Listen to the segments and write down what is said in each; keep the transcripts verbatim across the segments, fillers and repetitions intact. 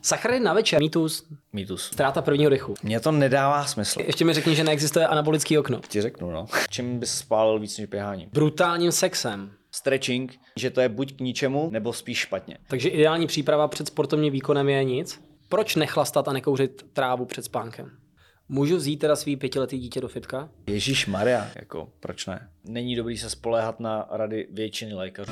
Sacharidy na večer. Mýtus. Mýtus. Ztráta prvního dechu. Mně to nedává smysl. Ještě mi řekni, že neexistuje anabolický okno. Ti řeknu, no. Čím bys spálil víc než běháním? Brutálním sexem. Stretching, že to je buď k ničemu, nebo spíš špatně. Takže ideální příprava před sportovním výkonem je nic. Proč nechlastat a nekouřit trávu před spánkem? Můžu vzít teda svý pětiletý dítě do fitka? Ježíš Maria, jako proč ne? Není dobrý se spoléhat na rady většiny lékařů.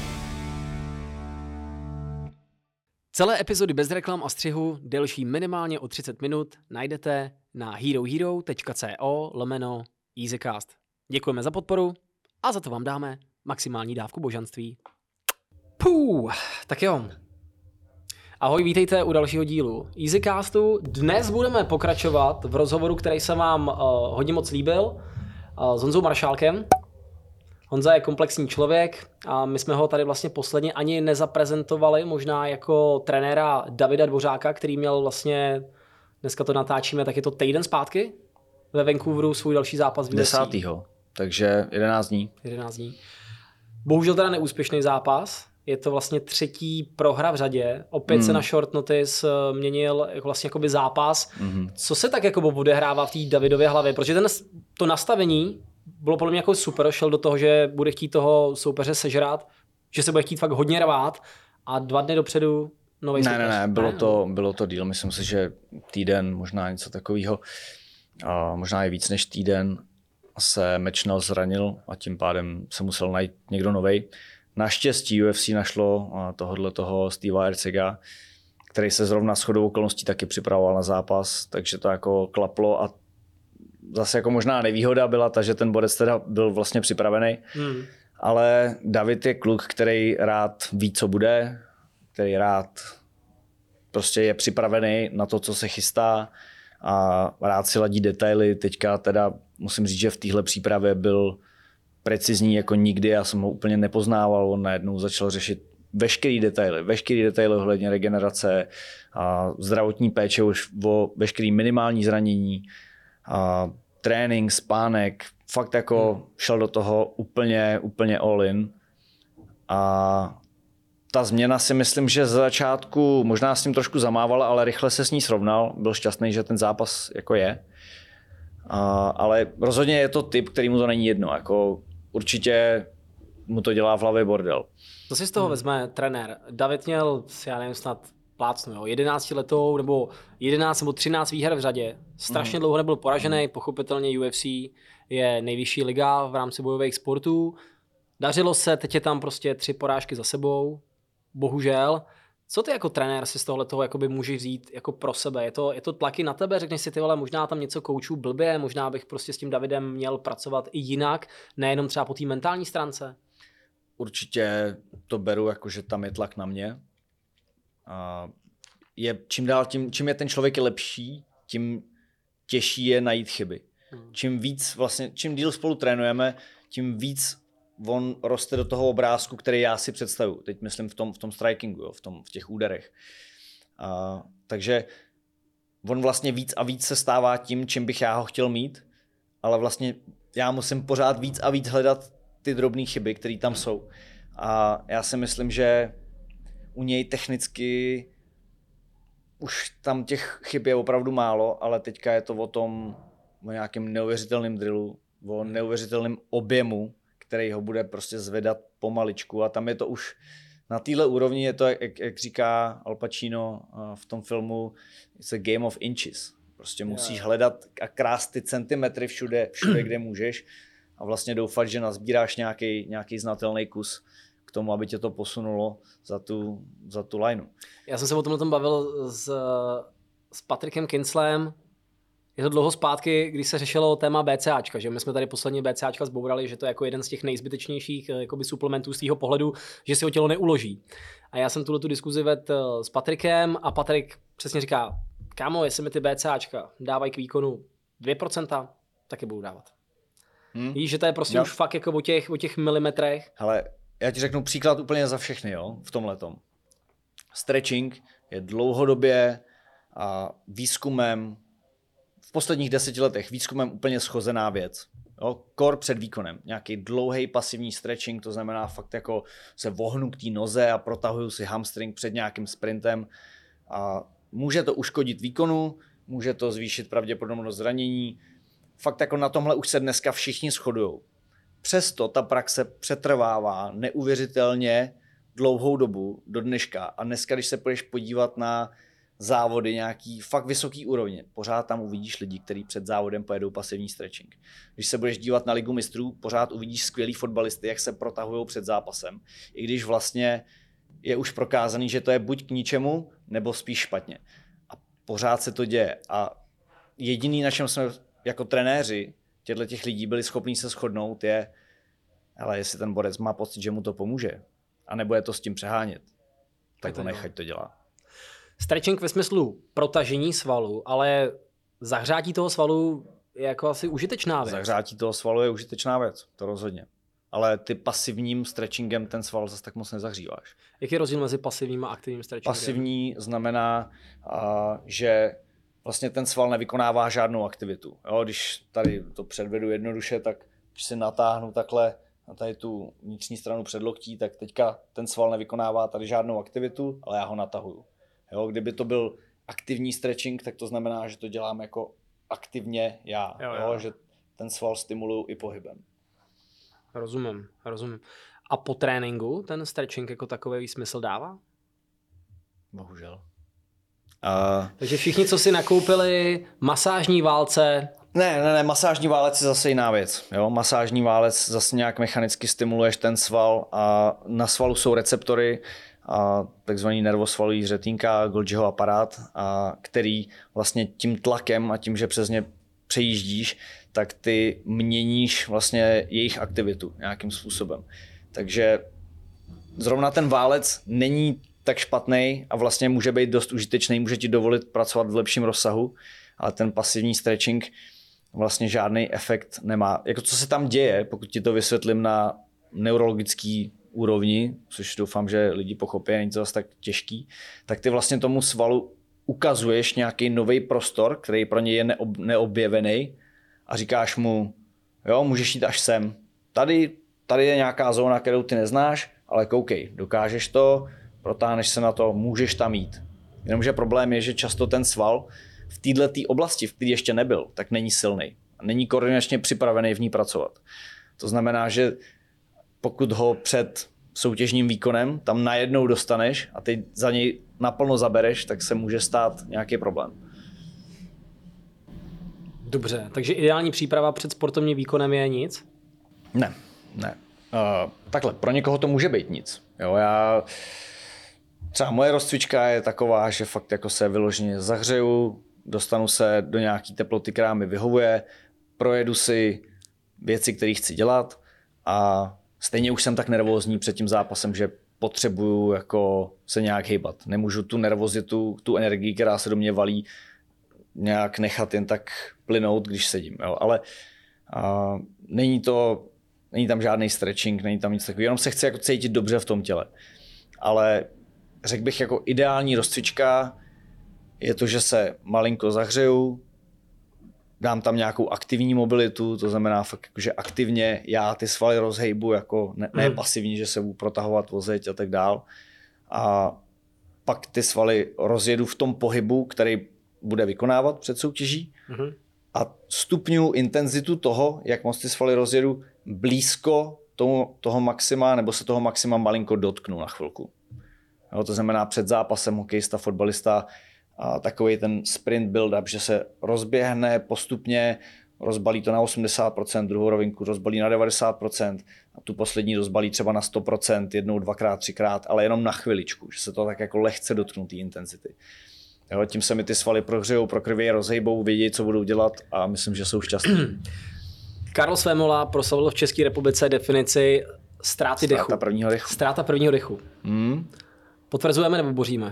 Celé epizody bez reklam a střihu, delší minimálně o třicet minut, najdete na herohero tečka co lomeno easycast. Děkujeme za podporu a za to vám dáme maximální dávku božanství. Puh, tak jo. Ahoj, vítejte u dalšího dílu Easycastu. Dnes budeme pokračovat v rozhovoru, který se vám uh, hodně moc líbil, uh, s Honzou Maršálkem. Honza je komplexní člověk a my jsme ho tady vlastně posledně ani nezaprezentovali, možná jako trenéra Davida Dvořáka, který měl vlastně, dneska to natáčíme, tak je to týden zpátky ve Vancouveru svůj další zápas v U F C. Desátýho, takže jedenáct dní. jedenáct dní. Bohužel teda neúspěšný zápas. Je to vlastně třetí prohra v řadě. Opět mm. se na short notice měnil jako vlastně jakoby zápas. Mm. Co se tak jako odehrává v té Davidově hlavě? Protože ten, to nastavení bylo podle mě jako super. Šel do toho, že bude chtít toho soupeře sežrat, že se bude chtít fakt hodně rvát a dva dny dopředu nový soupeř. Ne, ne, ne, bylo to, bylo to díl. Myslím si, že týden, možná něco takového. A možná i víc než týden se Mečnal zranil a tím pádem se musel najít někdo novej. Naštěstí U F C našlo tohohle toho Steva Ercega, který se zrovna shodou okolností taky připravoval na zápas, takže to jako klaplo a zase jako možná nevýhoda byla ta, že ten borec teda byl vlastně připravený, hmm. ale David je kluk, který rád ví, co bude, který rád prostě je připravený na to, co se chystá a rád si ladí detaily. Teďka teda musím říct, že v téhle přípravě byl precizní jako nikdy, já jsem ho úplně nepoznával, on najednou začal řešit veškerý detaily, veškerý detaily ohledně regenerace, a zdravotní péče už o veškerý minimální zranění, a trénink, spánek, fakt jako hmm. šel do toho úplně, úplně all in. A ta změna si myslím, že z začátku možná s tím trošku zamávala, ale rychle se s ní srovnal, byl šťastný, že ten zápas jako je. A, ale rozhodně je to typ, který mu to není jedno, jako určitě mu to dělá v hlavě bordel. Co si z toho hmm. vezme trenér? David měl, já nevím, snad plácnu, jo, jedenáctiletou nebo jedenáct nebo třináct výher v řadě. Strašně hmm. dlouho nebyl poražený, hmm. pochopitelně U F C je nejvyšší liga v rámci bojových sportů. Dařilo se, teď je tam prostě tři porážky za sebou, bohužel. Co ty jako trenér si z tohle toho jakoby můžeš vzít jako pro sebe? Je to, je to tlaky na tebe? Řekneš si, ty vole, možná tam něco koučů blbě, možná bych prostě s tím Davidem měl pracovat i jinak, nejenom třeba po té mentální stránce? Určitě to beru jako, že tam je tlak na mě. A je, čím dál, tím, čím je ten člověk lepší, tím těžší je najít chyby. Hmm. Čím víc vlastně, čím díl spolu trénujeme, tím víc on roste do toho obrázku, který já si představuji. Teď myslím v tom, v tom strikingu, jo, v, tom, v těch úderech. A, takže on vlastně víc a víc se stává tím, čím bych já ho chtěl mít, ale vlastně já musím pořád víc a víc hledat ty drobné chyby, které tam jsou. A já si myslím, že u něj technicky už tam těch chyb je opravdu málo, ale teďka je to o tom, o nějakém neuvěřitelném drillu, o neuvěřitelném objemu, který ho bude prostě zvedat pomaličku a tam je to už na téhle úrovni, je to, jak, jak říká Al Pacino v tom filmu, it's a game of inches. Prostě musíš yeah. hledat a krást ty centimetry všude, všude, kde můžeš a vlastně doufat, že nazbíráš nějaký, nějaký znatelný kus k tomu, aby tě to posunulo za tu, za tu lineu. Já jsem se o tomhle tom bavil s, s Patrickem Kinslem. Je to dlouho zpátky, když se řešilo téma BCAčka, že my jsme tady posledně BCAčka zbourali, že to je jako jeden z těch nejzbytečnějších jakoby suplementů z tvýho pohledu, že si ho tělo neuloží. A já jsem tuhle tu diskuzi vedl s Patrikem a Patrik přesně říká, kámo, jestli mi ty BCAčka dávají k výkonu dvě procenta, tak je budu dávat. Hmm. Víš, že to je prostě jo. už fakt jako o těch, o těch milimetrech. Hele, já ti řeknu příklad úplně za všechny, jo, v tomhletom. Stretching je dlouhodobě a výzkumem v posledních deseti letech výzkumem úplně schozená věc. Jo, core před výkonem. Nějaký dlouhý pasivní stretching, to znamená fakt jako se vohnu k té noze a protahuju si hamstring před nějakým sprintem. A může to uškodit výkonu, může to zvýšit pravděpodobnost zranění. Fakt jako na tomhle už se dneska všichni shodujou. Přesto ta praxe přetrvává neuvěřitelně dlouhou dobu do dneška a dneska, když se půjdeš podívat na závody nějaký fakt vysoký úrovně, pořád tam uvidíš lidi, kteří před závodem pojedou pasivní stretching. Když se budeš dívat na Ligu mistrů, pořád uvidíš skvělý fotbalisty, jak se protahují před zápasem. I když vlastně je už prokázaný, že to je buď k ničemu, nebo spíš špatně. A pořád se to děje. A jediný, na čem jsme jako trenéři těchto těch lidí byli schopní se shodnout, je, ale jestli ten borec má pocit, že mu to pomůže, a nebude to s tím přehánět, tak to nechať to dělá. Stretching ve smyslu protažení svalu, ale zahřátí toho svalu je jako asi užitečná věc. Zahřátí toho svalu je užitečná věc, to rozhodně. Ale ty pasivním stretchingem ten sval zase tak moc nezahříváš. Jaký je rozdíl mezi pasivním a aktivním stretchingem? Pasivní znamená, a, že vlastně ten sval nevykonává žádnou aktivitu. Jo, když tady to předvedu jednoduše, tak když si natáhnu takhle na tady tu vnitřní stranu předloktí, tak teďka ten sval nevykonává tady žádnou aktivitu, ale já ho natahuju. Jo, kdyby to byl aktivní stretching, tak to znamená, že to dělám jako aktivně já, jo, jo. Jo, že ten sval stimuluju i pohybem. Rozumím, rozumím. A po tréninku ten stretching jako takový smysl dává? Bohužel. Uh... Takže všichni, co si nakoupili masážní válce... Ne, ne, ne, masážní válec je zase jiná věc. Jo? Masážní válec zase nějak mechanicky stimuluješ ten sval a na svalu jsou receptory, a takzvaný nervosvalový řetínka, Golgiho aparát, a který vlastně tím tlakem a tím, že přes ně přejíždíš, tak ty měníš vlastně jejich aktivitu nějakým způsobem. Takže zrovna ten válec není tak špatný a vlastně může být dost užitečný, může ti dovolit pracovat v lepším rozsahu, ale ten pasivní stretching vlastně žádný efekt nemá. Jako co se tam děje, pokud ti to vysvětlím na neurologický úrovni, což doufám, že lidi pochopí, není to zase tak těžký, tak ty vlastně tomu svalu ukazuješ nějaký nový prostor, který pro něj je neob, neobjevený a říkáš mu, jo, můžeš jít až sem. Tady, tady je nějaká zóna, kterou ty neznáš, ale koukej, dokážeš to, protáhneš se na to, můžeš tam jít. Jenomže problém je, že často ten sval v této oblasti, v které ještě nebyl, tak není silný. Není koordinačně připravený v ní pracovat. To znamená, že pokud ho před soutěžním výkonem tam najednou dostaneš a ty za něj naplno zabereš, tak se může stát nějaký problém. Dobře, takže ideální příprava před sportovním výkonem je nic? Ne, ne. Uh, takhle, pro někoho to může být nic. Jo, já... Třeba moje rozcvička je taková, že fakt jako se vyloženě zahřeju, dostanu se do nějaký teploty, která mi vyhovuje, projedu si věci, které chci dělat a stejně už jsem tak nervózní před tím zápasem, že potřebuju jako se nějak hýbat. Nemůžu tu nervozitu, tu energii, která se do mě valí, nějak nechat jen tak plynout, když sedím. Jo. Ale a, není to, není tam žádný stretching, není tam nic takového, jenom se chci jako cítit dobře v tom těle. Ale řekl bych, jako ideální rozcvička je to, že se malinko zahřeju, dám tam nějakou aktivní mobilitu, to znamená fakt, že aktivně já ty svaly rozhejbu, jako ne, ne pasivní, že se budu protahovat vozeť a tak dál. A pak ty svaly rozjedu v tom pohybu, který bude vykonávat před soutěží mm. a stupňuju intenzitu toho, jak moc ty svaly rozjedu blízko tomu, toho maxima, nebo se toho maxima malinko dotknu na chvilku. Jo, to znamená před zápasem hokejista, fotbalista, a takový ten sprint build-up, že se rozběhne postupně, rozbalí to na osmdesát procent, druhou rovinku rozbalí na devadesát procent a tu poslední rozbalí třeba na sto procent, jednou, dvakrát, třikrát, ale jenom na chviličku, že se to tak jako lehce dotknou té intenzity. Jo, tím se mi ty svaly prohřejou, prokrvějí, rozhejbou, vědí, co budou dělat a myslím, že jsou šťastní. Karl Svémola proslavil v České republice definici ztráty Ztráta dechu. prvního dechu. Ztráta prvního dechu. Hmm. Potvrzujeme nebo boříme?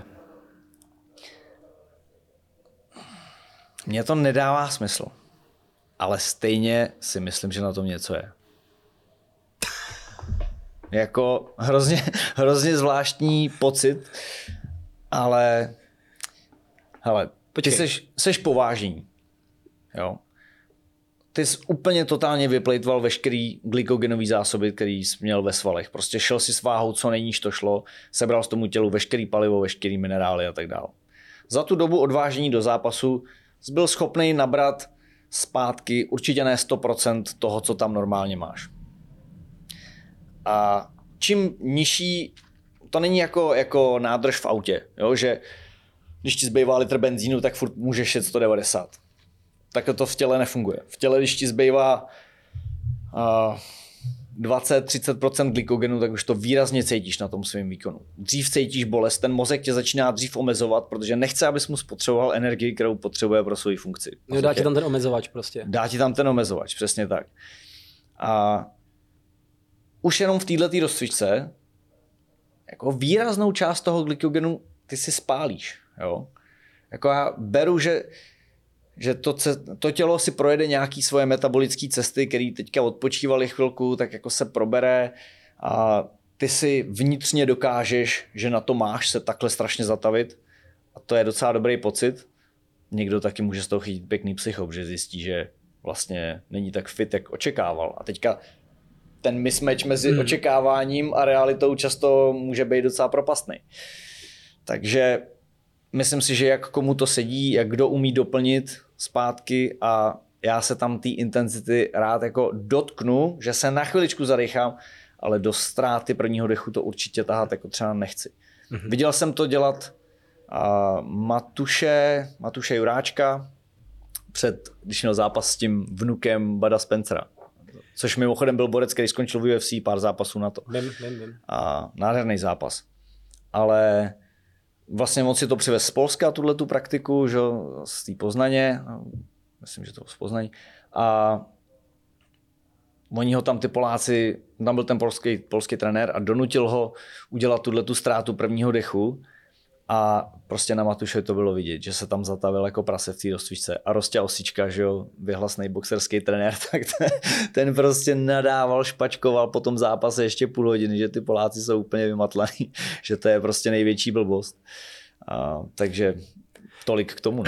Mně to nedává smysl, ale stejně si myslím, že na tom něco je. Jako hrozně, hrozně zvláštní pocit, ale hele, ty seš, seš povážení. Jo? Ty jsi úplně totálně vyplejtval veškerý glykogenový zásoby, který jsi měl ve svalech. Prostě šel si s váhou, co nejníž to šlo, sebral z tomu tělu veškerý palivo, veškerý minerály a tak dále. za tu dobu odvážení do zápasu jsi byl schopný nabrat zpátky určitě ne sto procent toho, co tam normálně máš. A čím nižší, to není jako, jako nádrž v autě, jo? Že když ti zbývá litr benzínu, tak furt můžeš jet sto devadesát. Tak to v těle nefunguje. V těle, když ti zbývá uh, dvacet až třicet procent glykogenu, tak už to výrazně cítíš na tom svém výkonu. Dřív cítíš bolest, ten mozek tě začíná dřív omezovat, protože nechce, abys mu spotřeboval energii, kterou potřebuje pro svou funkci. Jo, dá ti tam ten omezovač prostě. Dá ti tam ten omezovač, přesně tak. A už jenom v této rozcvičce jako výraznou část toho glykogenu ty si spálíš. Jo? Jako já beru, že že to, to tělo si projede nějaký svoje metabolické cesty, které teďka odpočívaly chvilku, tak jako se probere a ty si vnitřně dokážeš, že na to máš se takhle strašně zatavit a to je docela dobrý pocit. Někdo taky může z toho chytit pěkný psychop, že zjistí, že vlastně není tak fit, jak očekával. A teďka ten mismatch mezi hmm. očekáváním a realitou často může být docela propastný. Takže myslím si, že jak komu to sedí, jak kdo umí doplnit zpátky a já se tam té intenzity rád jako dotknu, že se na chviličku zadechám, ale do ztráty prvního dechu to určitě tahat jako třeba nechci. Mm-hmm. Viděl jsem to dělat a Matuše, Matuše Juráčka před, když měl zápas s tím vnukem Bada Spencera. Což mimochodem byl borec, který skončil v U F C pár zápasů na to. Vím, vím, vím. A nádherný zápas. Ale vlastně moc si to přivez z Polska, tuhletu praktiku, že, z té Poznaně, myslím, že to z Poznaní. A oni ho tam, ty Poláci, tam byl ten polský, polský trenér a donutil ho udělat tuhletu ztrátu prvního dechu a prostě na Matuše to bylo vidět, že se tam zatavil jako prase v té rozcvičce a Rostě Osička, že jo, vyhlasný boxerský trenér, tak ten, ten prostě nadával, špačkoval po tom zápase ještě půl hodiny, že ty Poláci jsou úplně vymatlaný, že to je prostě největší blbost. A, takže tolik k tomu. Ne?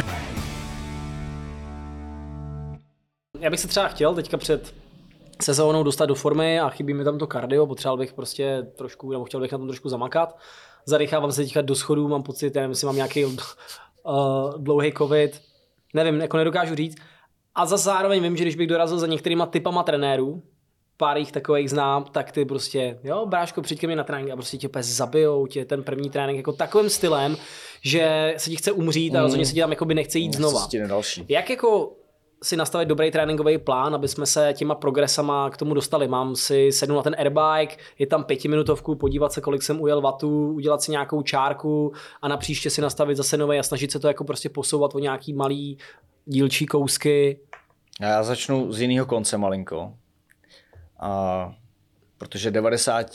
Já bych se třeba chtěl teďka před sezónou dostat do formy a chybí mi tam to kardio, potřeboval bych prostě trošku, nebo chtěl bych na tom trošku zamakat. Zadechávám se teďka do schodů, mám pocit, nevím, jestli mám nějaký uh, dlouhý covid, nevím, jako nedokážu říct. A zase zároveň vím, že když bych dorazil za některýma typama trenérů, pár jich takových znám, tak ty prostě, jo, bráško, přijď ke mně na trénink a prostě tě úplně zabijou, tě ten první trénink jako takovým stylem, že se ti chce umřít a rozhodně se ti tam jakoby nechce jít znova. Jak jako si nastavit dobrý tréninkový plán, aby jsme se těma progresama k tomu dostali. Mám si sednout na ten airbike, je tam pětiminutovku, podívat se, kolik jsem ujel vatů, udělat si nějakou čárku a na příště si nastavit zase nové a snažit se to jako prostě posouvat o nějaký malý dílčí kousky. Já začnu z jiného konce malinko. A protože devadesát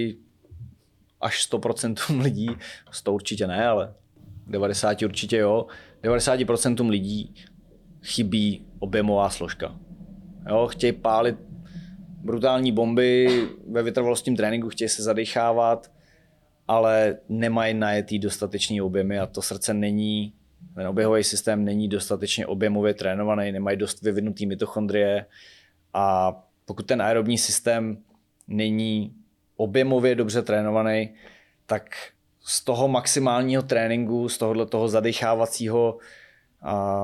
až sto procent lidí, sto určitě ne, ale devadesát určitě jo, devadesát procent lidí chybí objemová složka. Jo, chtějí pálit brutální bomby ve vytrvalostním tréninku, chtějí se zadechávat, ale nemají najetý dostatečný objemy a to srdce není, ten oběhový systém není dostatečně objemově trénovaný, nemají dost vyvinutý mitochondrie a pokud ten aerobní systém není objemově dobře trénovaný, tak z toho maximálního tréninku, z tohohle toho zadechávacího a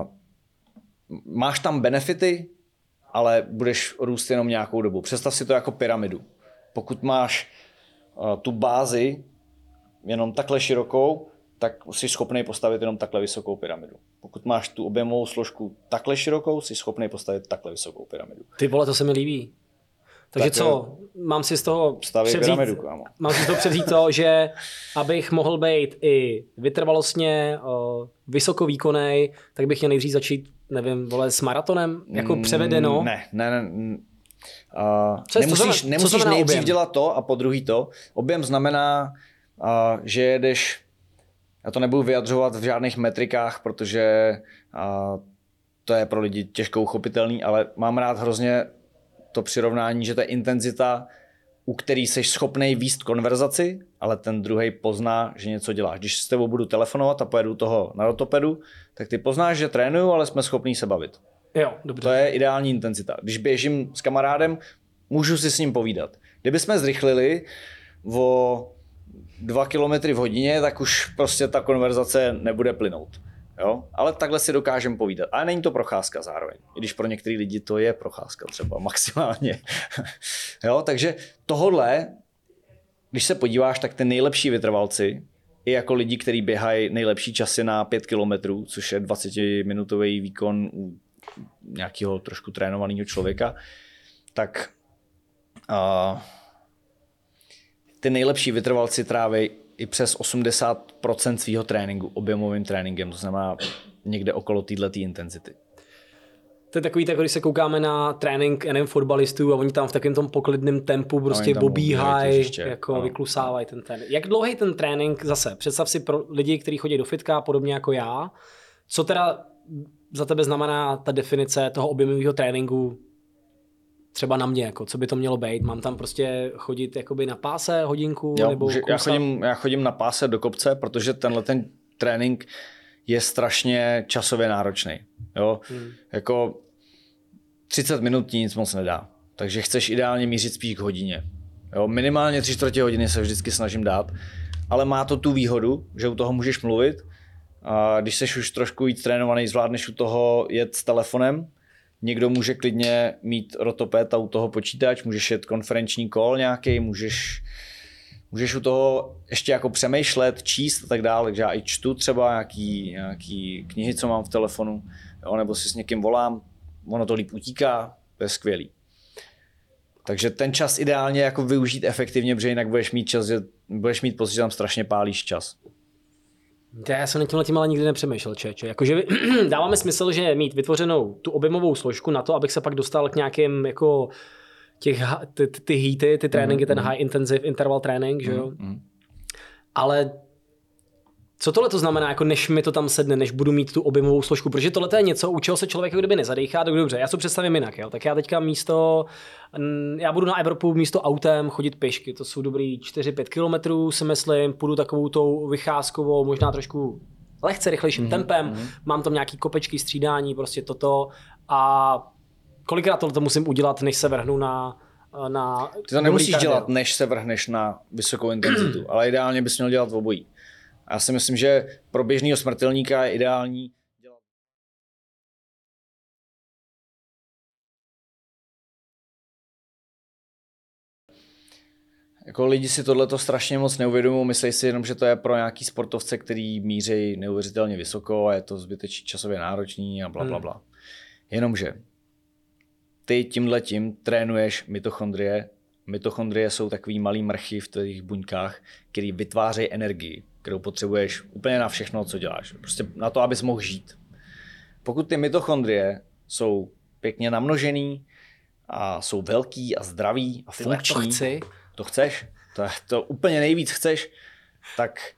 máš tam benefity, ale budeš růst jenom nějakou dobu. Představ si to jako pyramidu. Pokud máš uh, tu bázi jenom takhle širokou, tak jsi schopný postavit jenom takhle vysokou pyramidu. Pokud máš tu objemovou složku takhle širokou, jsi schopný postavit takhle vysokou pyramidu. Ty vole, to se mi líbí. Takže tak co, mám si z toho převzít, pyramidu, kámo. Mám si z toho převzít to, že abych mohl být i vytrvalostně uh, vysokovýkonnej, tak bych měl nejdřív začít, nevím, vole, s maratonem, jako převedeno. Ne, ne, ne. Uh, co nemusíš to nemusíš nejdřív objem? Dělat to a po druhý to. Objem znamená, uh, že jedeš, já to nebudu vyjadřovat v žádných metrikách, protože uh, to je pro lidi těžko uchopitelný, ale mám rád hrozně to přirovnání, že to je intenzita, u který jsi schopnej vést konverzaci, ale ten druhej pozná, že něco děláš. Když s tebou budu telefonovat a pojedu toho na rotopedu, tak ty poznáš, že trénuju, ale jsme schopní se bavit. Jo, dobře. To je ideální intenzita. Když běžím s kamarádem, můžu si s ním povídat. Kdybychom zrychlili o dva kilometry v hodině, tak už prostě ta konverzace nebude plynout. Jo? Ale takhle si dokážeme povídat. Ale není to procházka zároveň. I když pro některé lidi to je procházka třeba maximálně. Jo? Takže tohodle, když se podíváš, tak ty nejlepší vytrvalci, i jako lidi, kteří běhají nejlepší časy na pět kilometrů, což je dvacetiminutový výkon u nějakého trošku trénovaného člověka, tak uh, ty nejlepší vytrvalci tráví i přes osmdesát procent svého tréninku objemovým tréninkem, to znamená někde okolo této intenzity. To je takový, tak když se koukáme na trénink nevím, fotbalistů a oni tam v takovém tom poklidném tempu prostě bobíhají, jako ano. Vyklusávají ten trénink. Jak dlouhý ten trénink zase? Představ si pro lidi, kteří chodí do fitka, podobně jako já. Co teda za tebe znamená ta definice toho objemového tréninku třeba na mě, jako, co by to mělo být? Mám tam prostě chodit jakoby na páse hodinku? Jo, nebo já, chodím, já chodím na páse do kopce, protože tenhle ten trénink je strašně časově náročný. Jo? Hmm. Jako třicet minut ti nic moc nedá. Takže chceš ideálně mířit spíš k hodině. Jo? Minimálně tři čtvrtě hodiny se vždycky snažím dát, ale má to tu výhodu, že u toho můžeš mluvit. A když jsi už trošku víc trénovaný, zvládneš u toho jet s telefonem. Někdo může klidně mít rotoped a u toho počítač, můžeš jet konferenční call nějaký, můžeš, můžeš u toho ještě jako přemýšlet, číst a tak dále, takže já i čtu třeba nějaký, nějaký knihy, co mám v telefonu, jo, nebo si s někým volám, ono to líp utíká, to je skvělý. Takže ten čas ideálně jako využít efektivně, protože jinak budeš mít čas, že budeš mít pocit, že tam strašně pálíš čas. Já jsem na tímhle tím ale nikdy nepřemýšlel, čeče. Jakože dáváme smysl, že mít vytvořenou tu objemovou složku na to, abych se pak dostal k nějakým jako těch, ty, ty, ty heaty, ty tréninky, mm-hmm. ten high intensive interval trénink, že jo. Mm-hmm. Ale co tohle to znamená, jako než mi to tam sedne, než budu mít tu objemovou složku, protože tohle je něco, u čeho se člověk jako kdyby nezadechá, tak dobře, já to představím jinak, jo. Tak já teďka místo, já budu na Evropu místo autem chodit pěšky, to jsou dobrý čtyři pět kilometrů, si myslím, půjdu takovou tou vycházkovou, možná trošku lehce rychlejším mm-hmm. tempem, mm-hmm. mám tam nějaký kopečky, střídání, prostě toto a kolikrát tohle musím udělat, než se vrhnu na na Ty to nemusíš kardio. Dělat, než se vrhneš na vysokou intenzitu, ale ideálně bys měl dělat obojí. Já si myslím, že pro běžného smrtelníka je ideální dělat. Jako lidi si tohleto strašně moc neuvědomují, myslí si jenom, že to je pro nějaký sportovce, který míří neuvěřitelně vysoko a je to zbytečně časově náročný a bla, bla, bla. Hmm. Jenomže ty tímhletím trénuješ mitochondrie. Mitochondrie jsou takový malý mrchy v těch buňkách, který vytvářejí energii, kterou potřebuješ úplně na všechno, co děláš. Prostě na to, abys mohl žít. Pokud ty mitochondrie jsou pěkně namnožený a jsou velký a zdraví a funkční, to, chci. to chceš, to, to úplně nejvíc chceš, tak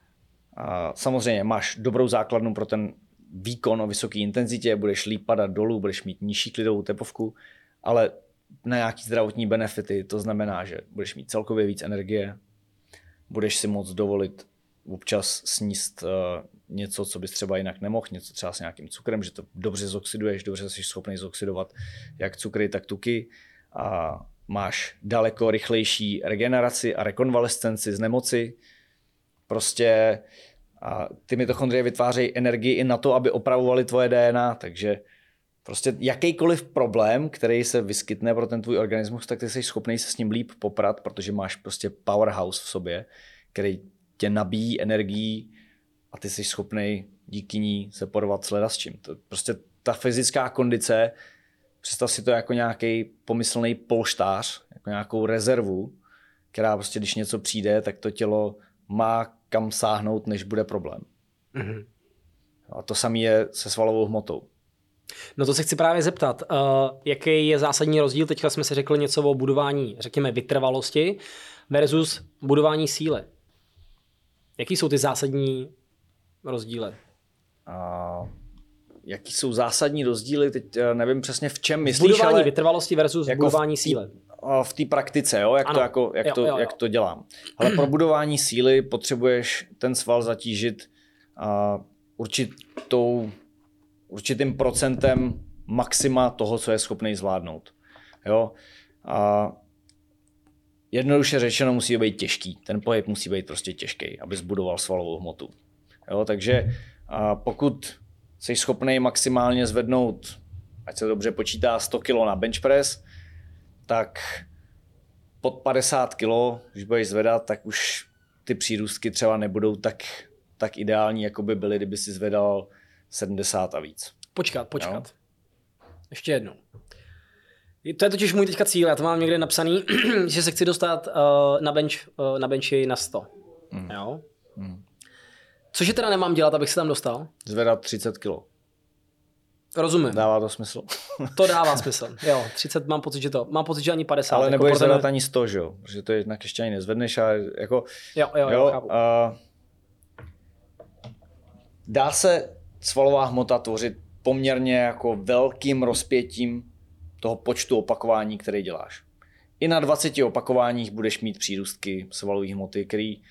a samozřejmě máš dobrou základnu pro ten výkon o vysoké intenzitě, budeš líp padat dolů, budeš mít nižší klidovou tepovku, ale na nějaký zdravotní benefity, to znamená, že budeš mít celkově víc energie, budeš si moct dovolit občas sníst uh, něco, co bys třeba jinak nemohl, něco třeba s nějakým cukrem, že to dobře zoxiduješ, dobře jsi schopný zoxidovat jak cukry, tak tuky a máš daleko rychlejší regeneraci a rekonvalescenci z nemoci. Prostě a ty mitochondrie vytvářejí energii i na to, aby opravovali tvoje D N A, takže prostě jakýkoliv problém, který se vyskytne pro ten tvůj organismus, tak ty jsi schopný se s ním líp poprat, protože máš prostě powerhouse v sobě, který tě nabíjí energií a ty jsi schopný díky ní se porvat s leda s čím. To prostě ta fyzická kondice, představ si to jako nějaký pomyslný polštář, jako nějakou rezervu, která prostě, když něco přijde, tak to tělo má kam sáhnout, než bude problém. Mm-hmm. A to samé je se svalovou hmotou. No to se chci právě zeptat, uh, jaký je zásadní rozdíl, teďka jsme si řekli něco o budování, řekněme, vytrvalosti versus budování síly. Jaký jsou ty zásadní rozdíly? Uh, jaký jsou zásadní rozdíly, teď nevím přesně v čem myslíš, budování ale vytrvalosti versus jako budování v tý, síly. V té praktice, jo? Jak, to, jako, jak, jo, to, jo, jo. jak to dělám. Ale pro budování síly potřebuješ ten sval zatížit uh, určitou určitým procentem maxima toho, co je schopný zvládnout. Jo? A jednoduše řečeno musí být těžký. Ten pohyb musí být prostě těžký, aby zbudoval svalovou hmotu. Jo? Takže A pokud jsi schopný maximálně zvednout, ať se dobře počítá, sto kilo na bench press, tak pod padesát kilo, když budeš zvedat, tak už ty přírůstky třeba nebudou tak, tak ideální, jako by byly, kdyby si zvedal sedmdesát a víc. Počkat, počkat. Jo? Ještě jednou. To je totiž můj teďka cíl, já to mám někde napsaný, že se chci dostat uh, na, bench, uh, na benchi na sto. Mm. Jo? Mm. Cože teda nemám dělat, abych se tam dostal? Zvedat třicet kilo. Rozumím. Dává to smysl. To dává smysl. Jo, třicet mám pocit, že to. Mám pocit, že ani padesát. Ale jako nebudeš ten... zvedat ani sto, že jo? Protože to jednak ještě ani nezvedneš a jako... Jo, jo, jo, jo chápu. A... Dá se svalová hmota tvořit poměrně jako velkým rozpětím toho počtu opakování, který děláš. I na dvaceti opakováních budeš mít přírůstky svalové hmoty, který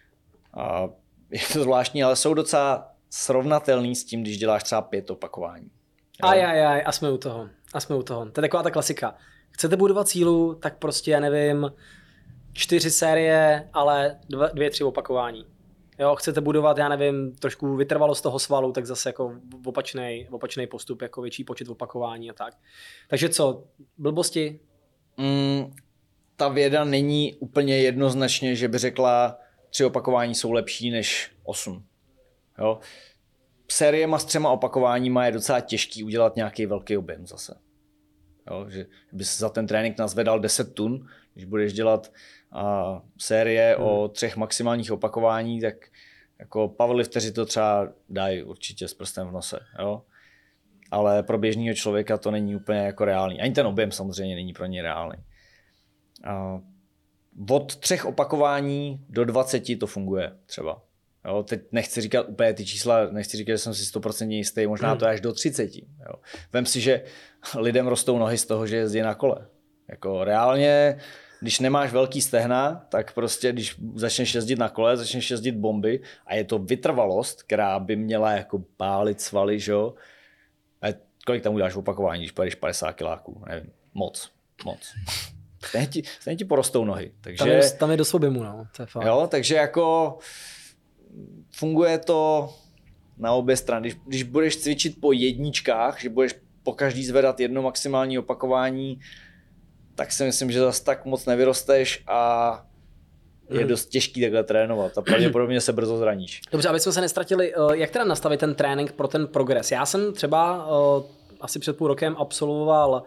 a je to zvláštní, ale jsou docela srovnatelný s tím, když děláš třeba pět opakování. Aj, aj, aj, a jsme u toho. A jsme u toho. To je taková ta klasika. Chcete budovat sílu, tak prostě, já nevím, čtyři série, ale dva, dvě, tři opakování. Jo, chcete budovat, já nevím, trošku vytrvalost toho svalu, tak zase jako opačnej, opačnej postup, jako větší počet opakování a tak. Takže co, blbosti? Mm, ta věda není úplně jednoznačně, že by řekla, tři opakování jsou lepší než osm. Jo? Sériema s třema opakováníma je docela těžký udělat nějaký velký objem zase. Jo? Že bys za ten trénink nazvedal deset tun, když budeš dělat a, série hmm. o třech maximálních opakování, tak jako powerlifteři to třeba dají určitě s prstem v nose. Jo? Ale pro běžného člověka to není úplně jako reálný. Ani ten objem samozřejmě není pro ně reálný. A, od třech opakování do dvaceti to funguje třeba. Jo, teď nechci říkat úplně ty čísla, nechci říkat, že jsem si sto procent jistý, možná hmm. to je až do třiceti. Jo. Vem si, že lidem rostou nohy z toho, že jezdí na kole. Jako reálně, když nemáš velký stehna, tak prostě když začneš jezdit na kole, začneš jezdit bomby a je to vytrvalost, která by měla jako pálit svaly, že jo. A kolik tam uděláš opakování, když pojedeš padesát kiláků? Nevím, moc, moc. Stejně ti, stejně ti porostou nohy. Takže, tam, je, tam je dost objemu, no. To je fakt. Jo, takže jako funguje to na obě strany. Když, když budeš cvičit po jedničkách, že budeš po každý zvedat jedno maximální opakování, tak si myslím, že zase tak moc nevyrosteš a je mm. dost těžký takhle trénovat a pravděpodobně se brzo zraníš. Dobře, aby jsme se nestratili, jak teda nastavit ten trénink pro ten progres? Já jsem třeba asi před půl rokem absolvoval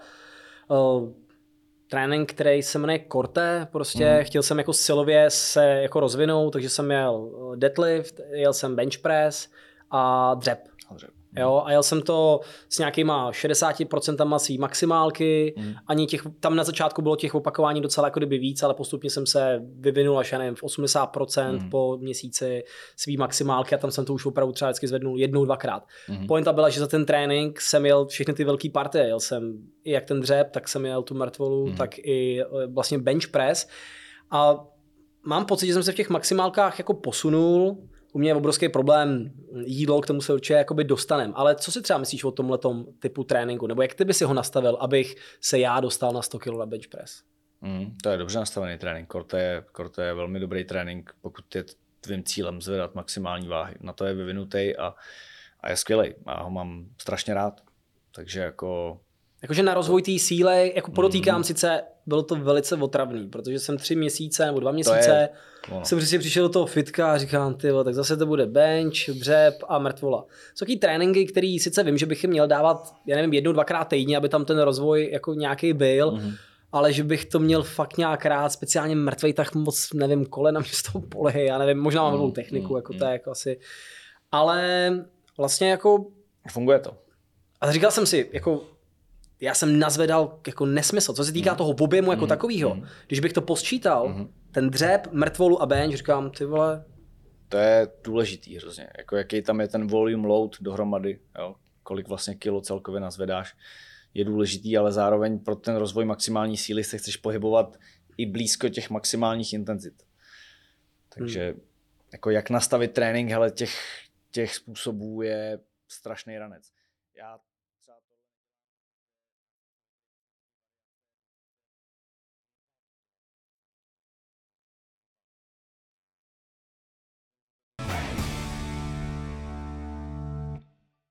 trénink, který se jmenuje Corte, prostě mm. chtěl jsem jako silově se jako rozvinout, takže jsem jel deadlift, jel jsem bench press a dřep. A dřep. Jo, a jel jsem to s nějakýma šedesáti procenty svý maximálky, mm. ani těch, tam na začátku bylo těch opakování docela jako kdyby víc, ale postupně jsem se vyvinul až, já nevím, v osmdesát procent mm. po měsíci svý maximálky a tam jsem to už opravdu třeba vždycky zvednul jednou, dvakrát. Mm. Pointa byla, že za ten trénink jsem jel všechny ty velký partie, jel jsem i jak ten dřep, tak jsem jel tu mrtvolu, mm. tak i vlastně bench press a mám pocit, že jsem se v těch maximálkách jako posunul. U mě je obrovský problém jídlo, k tomu se určitě jakoby dostanem. Ale co si třeba myslíš o tomhletom typu tréninku? Nebo jak ty by si ho nastavil, abych se já dostal na sto kilo na bench press? Mm, to je dobře nastavený trénink. Corte je, Corte je velmi dobrý trénink, pokud je tvým cílem zvedat maximální váhy. Na to je vyvinutý a, a je skvělý. Já ho mám strašně rád. Takže jako... Jakože na rozvoj té síly, jako podotýkám mm. sice, bylo to velice otravný, protože jsem tři měsíce nebo dva měsíce jsem přesně přišel do toho fitka a říkám, tyvo, tak zase to bude bench, dřep a mrtvola. Jsou taky tréninky, který sice vím, že bych je měl dávat, já nevím, jednou, dvakrát týdně, aby tam ten rozvoj jako nějaký byl, mm. ale že bych to měl fakt nějak rád, speciálně mrtvej, tak moc nevím, kolena mě z toho polehy, já nevím, možná mám novou techniku, mm. jako to je jako asi, ale vlastně jako... Funguje to. A říkal jsem si, jako já jsem nazvedal jako nesmysl, co se týká mm. toho objemu jako mm. takového. Mm. Když bych to posčítal, mm. ten dřep, mrtvolu a bench, říkám, ty vole. To je důležitý hrozně, jako jaký tam je ten volume load dohromady, jo? Kolik vlastně kilo celkově nazvedáš, je důležitý, ale zároveň pro ten rozvoj maximální síly se chceš pohybovat i blízko těch maximálních intenzit. Takže mm. jako jak nastavit trénink, hele, těch, těch způsobů je strašný ranec. Já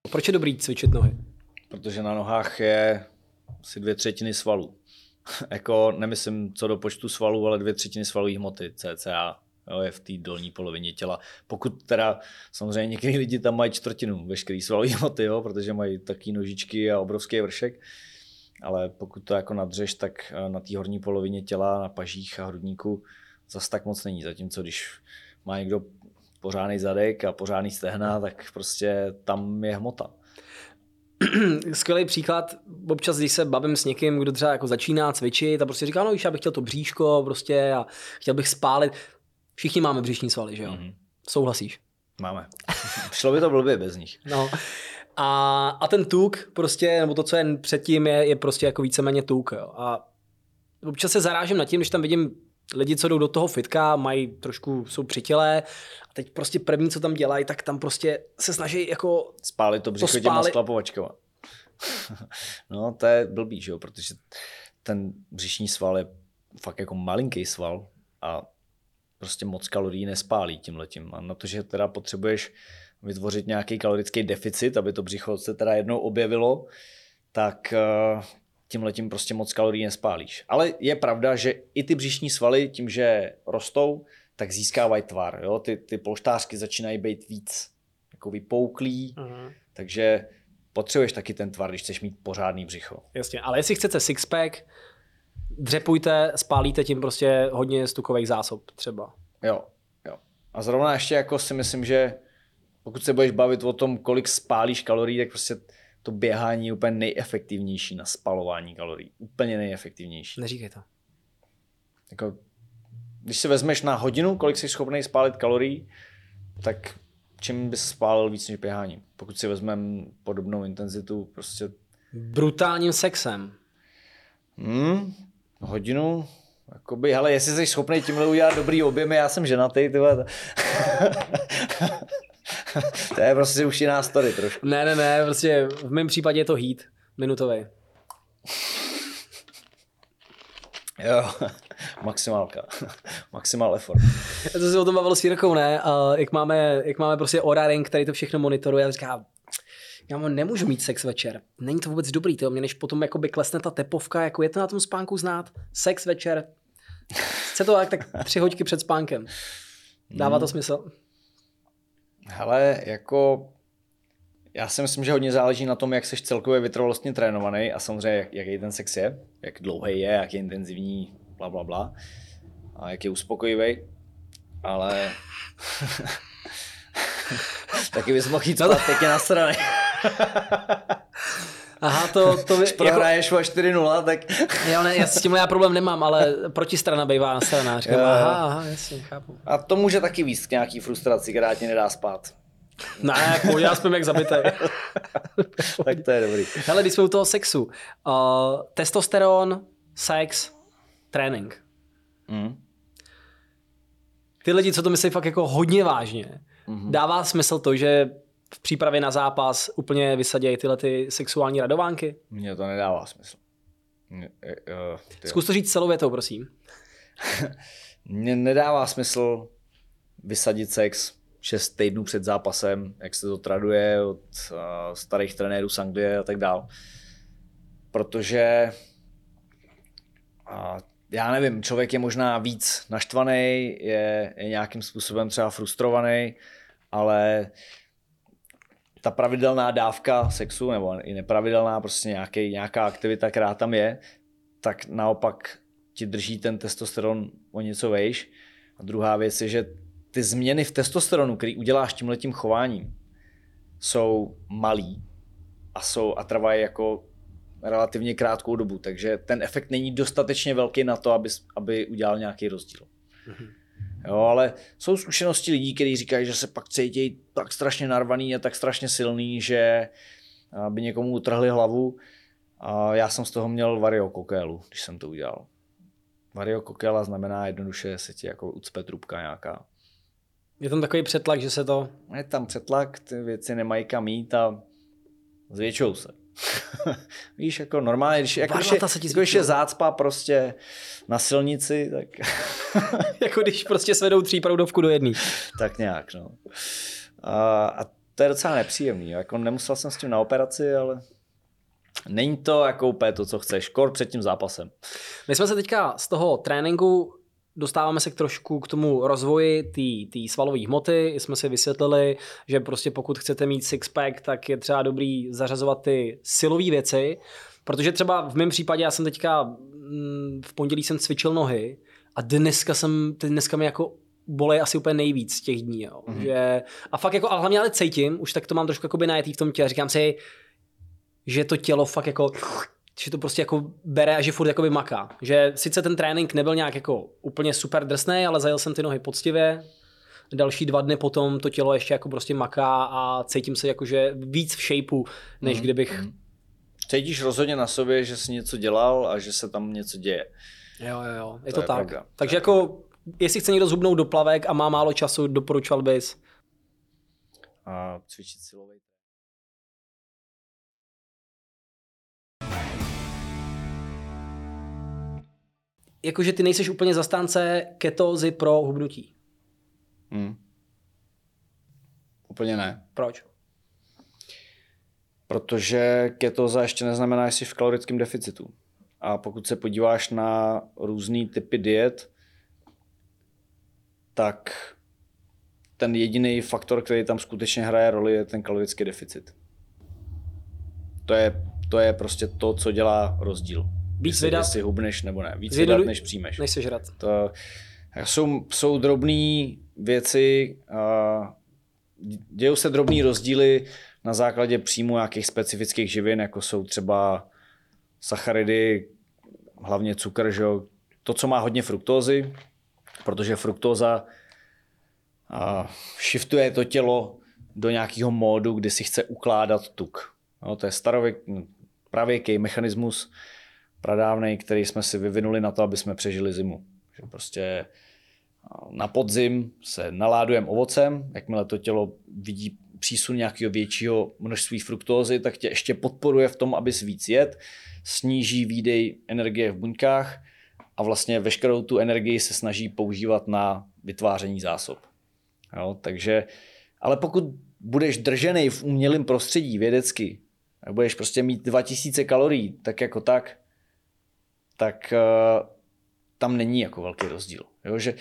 Proč je dobrý cvičit nohy? Protože na nohách je asi dvě třetiny svalů. Jako nemyslím co do počtu svalů, ale dvě třetiny svalové hmoty cca. Jo, je v té dolní polovině těla. Pokud teda samozřejmě některý lidi tam mají čtvrtinu veškerý svalové hmoty, jo, protože mají taky nožičky a obrovský vršek. Ale pokud to jako nadřeš, tak na té horní polovině těla, na pažích a hrudníku zas tak moc není. Zatímco když má někdo pořádný zadek a pořádný stehna, tak prostě tam je hmota. Skvělý příklad, občas když se bavím s někým, kdo třeba jako začíná cvičit a prostě říká, no víš, já bych chtěl to bříško prostě a chtěl bych spálit. Všichni máme břišní svaly, že jo? Mm-hmm. Souhlasíš? Máme. Šlo by to blbě bez nich. No. A, a ten tuk prostě, nebo to, co je předtím, je, je prostě jako víceméně tuk. Jo. A občas se zarážím nad tím, když tam vidím lidi, co jdou do toho fitka, mají trošku, jsou přitělé a teď prostě první, co tam dělají, tak tam prostě se snaží jako spálit to břicho těma sklapovačkama. No to je blbý, že jo, protože ten břišní sval je fakt jako malinký sval a prostě moc kalorií nespálí tímhletím. A na to, že teda potřebuješ vytvořit nějaký kalorický deficit, aby to břicho se teda jednou objevilo, tak tímhletím prostě moc kalorií nespálíš. Ale je pravda, že i ty břišní svaly tím, že rostou, tak získávají tvar. Jo? Ty, ty polštářky začínají být víc jako vypouklý, uh-huh. takže potřebuješ taky ten tvar, když chceš mít pořádný břicho. Jasně, ale jestli chcete sixpack, dřepujte, spálíte tím prostě hodně stukových zásob třeba. Jo, jo. A zrovna ještě jako si myslím, že pokud se budeš bavit o tom, kolik spálíš kalorií, tak prostě to běhání je úplně nejefektivnější na spalování kalorií. Úplně nejefektivnější. Neříkej to. Jako, když si vezmeš na hodinu, kolik jsi schopný spálit kalorií, tak čím bys spálil víc než běhání? Pokud si vezmeme podobnou intenzitu, prostě... Brutálním sexem. Hmm, hodinu... Jakoby, hele, jestli jsi schopný tímhle udělat dobrý objemy, já jsem ženatý, tyhle. To je prostě už jiná story trošku. Ne, ne, ne, prostě v mém případě je to heat, minutový. Jo, maximálka, maximál effort. Já jsem se o tom bavil s Jirkou, ne, a jak máme, jak máme prostě Oura Ring, který to všechno monitoruje a říká, já nemůžu mít sex večer, není to vůbec dobrý, to mě než potom jakoby klesne ta tepovka, jako je to na tom spánku znát, sex večer, chce to tak, tak tři hodiny před spánkem, dává to hmm. smysl? Hele, jako já si myslím, že hodně záleží na tom, jak jsi celkově vytrvalostně trénovaný a samozřejmě jak, jaký ten sex je, jak dlouhý je, jak je intenzivní, bla, bla, bla a jak je uspokojivý, ale taky bys mohl jít spát pěkně na strany. Aha, to... to Když prohraješ jako... o čtyři nula, tak... Jo, ne, já s tím já problém nemám, ale protistrana bývá na stranář. Říkám, aha, aha, jasně, chápu. A to může taky víc k nějaký frustraci, která ti nedá spát. Ne, pojď, já spím jak zabitej. Tak to je dobrý. Hele, když jsme u toho sexu. Uh, testosteron, sex, trénink. Mm. Ty lidi, co to myslí fakt jako hodně vážně, mm-hmm. dává smysl to, že v přípravě na zápas úplně vysadějí tyhle ty sexuální radovánky? Mně to nedává smysl. Mě, uh, Zkus to říct celou větou, prosím. Mně nedává smysl vysadit sex šest týdnů před zápasem, jak se to traduje od uh, starých trenérů z Anglie a tak dál. Protože uh, já nevím, člověk je možná víc naštvaný, je, je nějakým způsobem třeba frustrovaný, ale ta pravidelná dávka sexu, nebo i nepravidelná, prostě nějaký, nějaká aktivita, která tam je, tak naopak ti drží ten testosteron o něco vejš. A druhá věc je, že ty změny v testosteronu, který uděláš tímhletím chováním, jsou malý a, jsou, a trvají jako relativně krátkou dobu, takže ten efekt není dostatečně velký na to, aby, aby udělal nějaký rozdíl. Mm-hmm. Jo, ale jsou zkušenosti lidí, kteří říkají, že se pak cítí tak strašně narvaný a tak strašně silný, že by někomu utrhli hlavu. A já jsem z toho měl variokokélu, když jsem to udělal. Variokokéla znamená jednoduše, se ti jako ucpe trubka nějaká. Je tam takový přetlak, že se to... Je tam přetlak, ty věci nemají kam jít a zvětšou se. Víš, jako normálně, když, jako když, je, jako když je zácpa prostě na silnici, tak... Jako když prostě svedou tří proudovku do jedné. Tak nějak, no. A, a to je docela nepříjemný. Jako nemusel jsem s tím na operaci, ale není to jako úplně to, co chceš. Kor před tím zápasem. My jsme se teďka z toho tréninku dostáváme se k trošku k tomu rozvoji té svalové hmoty. Jsme si vysvětlili, že prostě pokud chcete mít six-pack, tak je třeba dobrý zařazovat ty silové věci, protože třeba v mém případě já jsem teďka v pondělí jsem cvičil nohy a dneska jsem, dneska mi jako bolej asi úplně nejvíc z těch dní. Jo. Mm-hmm. Že, a fakt jako, ale hlavně ale cítím, už tak to mám trošku jakoby najetý v tom těle. Říkám si, že to tělo fakt jako, že to prostě jako bere a že furt jakoby maká. Že sice ten trénink nebyl nějak jako úplně super drsnej, ale zajel jsem ty nohy poctivě. Další dva dny potom to tělo ještě jako prostě maká a cítím se jakože víc v shapeu, než mm-hmm. kdybych... Cítíš rozhodně na sobě, že jsi něco dělal a že se tam něco děje. Jo, jo, jo, je to, to je tak. Pravda. Takže jako, jestli chce někdo zhubnout do plavek a má málo času, doporučoval bys? A cvičit silový. Jakože ty nejseš úplně zastánce ketózy pro hubnutí. Hmm. Úplně ne. Proč? Protože ketóza ještě neznamená, že jsi v kalorickém deficitu. A pokud se podíváš na různý typy diet, tak ten jediný faktor, který tam skutečně hraje roli, je ten kalorický deficit. To je, to je prostě to, co dělá rozdíl. Víc vydat, jestli hubneš nebo ne. Víc vydat, než přijmeš. Než sežrat. To jsou, jsou drobné věci, dějou se drobné rozdíly na základě příjmu nějakých specifických živin, jako jsou třeba sacharidy, hlavně cukr, že? To, co má hodně fruktózy, protože fruktóza shiftuje to tělo do nějakého módu, kdy si chce ukládat tuk. No, to je starověk, pravěký mechanismus, pradávnej, který jsme si vyvinuli na to, aby jsme přežili zimu. Že prostě na podzim se naládujeme ovocem, jakmile to tělo vidí přísun nějakého většího množství fruktózy, tak tě ještě podporuje v tom, abys víc jet, sníží výdej energie v buňkách a vlastně veškerou tu energii se snaží používat na vytváření zásob. Jo, takže, ale pokud budeš držený v umělém prostředí vědecky, a budeš prostě mít dva tisíce kalorií, tak jako tak, tak uh, tam není jako velký rozdíl. Jo, že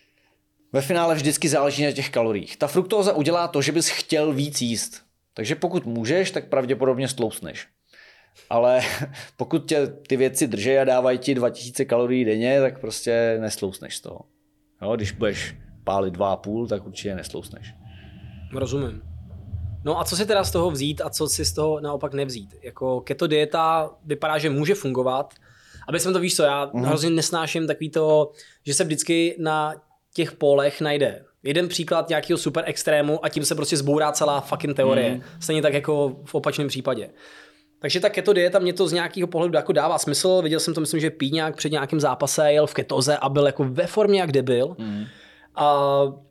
ve finále vždycky záleží na těch kaloriích. Ta fruktóza udělá to, že bys chtěl víc jíst. Takže pokud můžeš, tak pravděpodobně stlousneš. Ale pokud tě ty věci drží a dávají ti dva tisíce kalorií denně, tak prostě nestlousneš z toho. Jo, když budeš pálit dva a půl, tak určitě nestlousneš. Rozumím. No a co si teda z toho vzít a co si z toho naopak nevzít? Jako keto dieta vypadá, že může fungovat. Aby jsme to, víš co, já mm. hrozně nesnáším takový to, že se vždycky na těch pólech najde jeden příklad nějakého super extrému a tím se prostě zbourá celá fucking teorie. Mm. Stejně tak jako v opačném případě. Takže ta keto dieta mě to z nějakého pohledu jako dává smysl. Viděl jsem to, myslím, že Píňák před nějakým zápasem jel v ketoze a byl jako ve formě, jak debil. Mm. A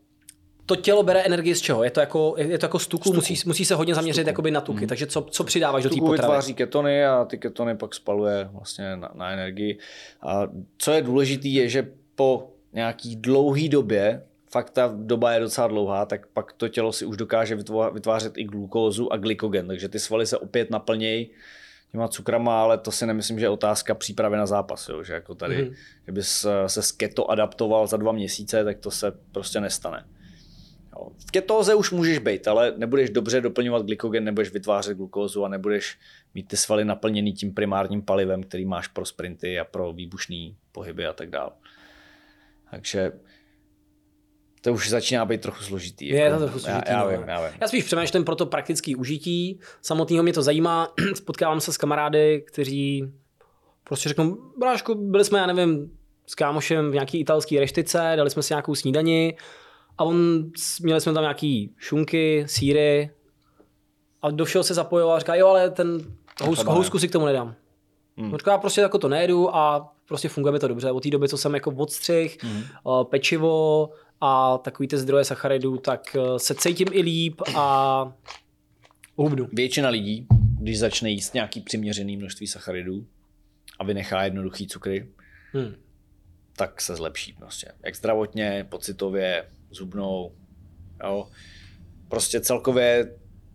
to tělo bere energii z čeho? Je to jako, je to jako z tuku, musí, musí se hodně zaměřit jakoby na tuky. Mm. Takže co, co přidáváš do té potravy? Vytváří ketony a ty ketony pak spaluje vlastně na, na energii. A co je důležité, je, že po nějaký dlouhý době, fakt ta doba je docela dlouhá, tak pak to tělo si už dokáže vytvářet i glukózu a glykogen, takže ty svaly se opět naplnějí těma cukrama, ale to si nemyslím, že je otázka přípravy na zápas, jo? Že jako tady, mm-hmm. kdybys se z keto adaptoval za dva měsíce, tak to se prostě nestane. Jo. V ketóze už můžeš být, ale nebudeš dobře doplňovat glykogen, nebudeš vytvářet glukózu a nebudeš mít ty svaly naplněný tím primárním palivem, který máš pro sprinty a pro výbušný pohyby a tak dále. Takže to už začíná být trochu složitý. Je jako, to trochu složitý. Já, já, vím, já, vím. já spíš přemýšlím pro to praktické užití. Samotného mě to zajímá. Spotkávám se s kamarády, kteří prostě řeknou, bráško, byli jsme, já nevím, s kámošem v nějaký italský reštice, dali jsme si nějakou snídani a on, měli jsme tam nějaký šunky, sýry a do všeho se zapojoval a říká, jo, ale ten housku, housku si k tomu nedám. Hmm. On říká, prostě jako to nejedu a prostě funguje mi to dobře. Od té doby, co jsem jako odstřih, hmm. pečivo a takový ty zdroje sacharidů, tak se cítím i líp a hubnu. Většina lidí, když začne jíst nějaký přiměřený množství sacharidů a vynechá jednoduchý cukry, hmm. tak se zlepší prostě. Jak zdravotně, pocitově, zhubnou. Jo. Prostě celkově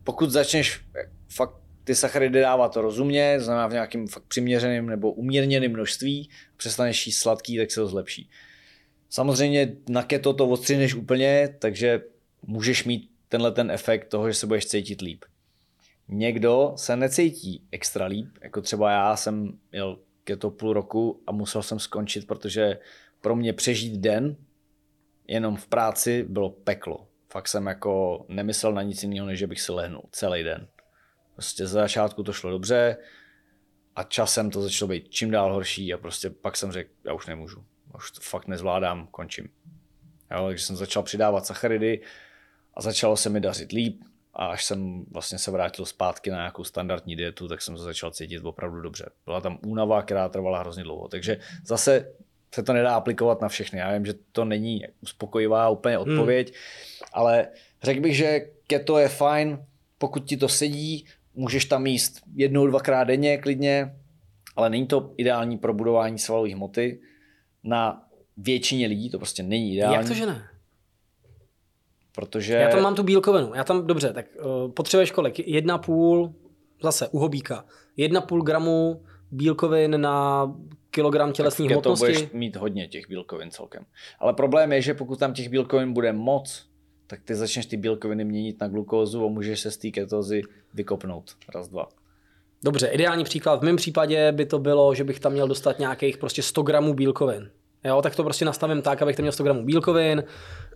pokud začneš fakt ty sacharidy dávat to rozumně, znamená v nějakým fakt přiměřeným nebo umírněným množství, přestaneš jíst sladký, tak se to zlepší. Samozřejmě na keto to odstřihneš úplně, takže můžeš mít tenhle ten efekt toho, že se budeš cítit líp. Někdo se necítí extra líp, jako třeba já jsem měl keto půl roku a musel jsem skončit, protože pro mě přežít den jenom v práci bylo peklo. Fakt jsem jako nemyslel na nic jiného, než že bych si lehnul celý den. Prostě za začátku to šlo dobře a časem to začalo být čím dál horší a prostě pak jsem řekl, já už nemůžu, už to fakt nezvládám, končím. Jo, takže jsem začal přidávat sacharidy a začalo se mi dařit líp a až jsem vlastně se vrátil zpátky na nějakou standardní dietu, tak jsem se začal cítit opravdu dobře. Byla tam únava, která trvala hrozně dlouho, takže zase se to nedá aplikovat na všechny. Já vím, že to není uspokojivá úplně odpověď, hmm. ale řekl bych, že keto je fajn, pokud ti to sedí, můžeš tam jíst jednou, dvakrát denně klidně, ale není to ideální pro budování svalové hmoty. Na většině lidí to prostě není ideální. Jak to, že ne? Protože... Já tam mám tu bílkovinu. Já tam, dobře, tak uh, potřebuješ kolik? Jedna půl, zase u hobíka, jedna půl gramu bílkovin na kilogram tělesní hmotnosti. To budeš mít hodně těch bílkovin celkem. Ale problém je, že pokud tam těch bílkovin bude moc, tak ty začneš ty bílkoviny měnit na glukózu a můžeš se z té ketózy vykopnout. Raz, dva. Dobře, ideální příklad. V mém případě by to bylo, že bych tam měl dostat nějakých prostě sto gramů bílkovin. Jo, tak to prostě nastavím tak, abych tam měl sto gramů bílkovin.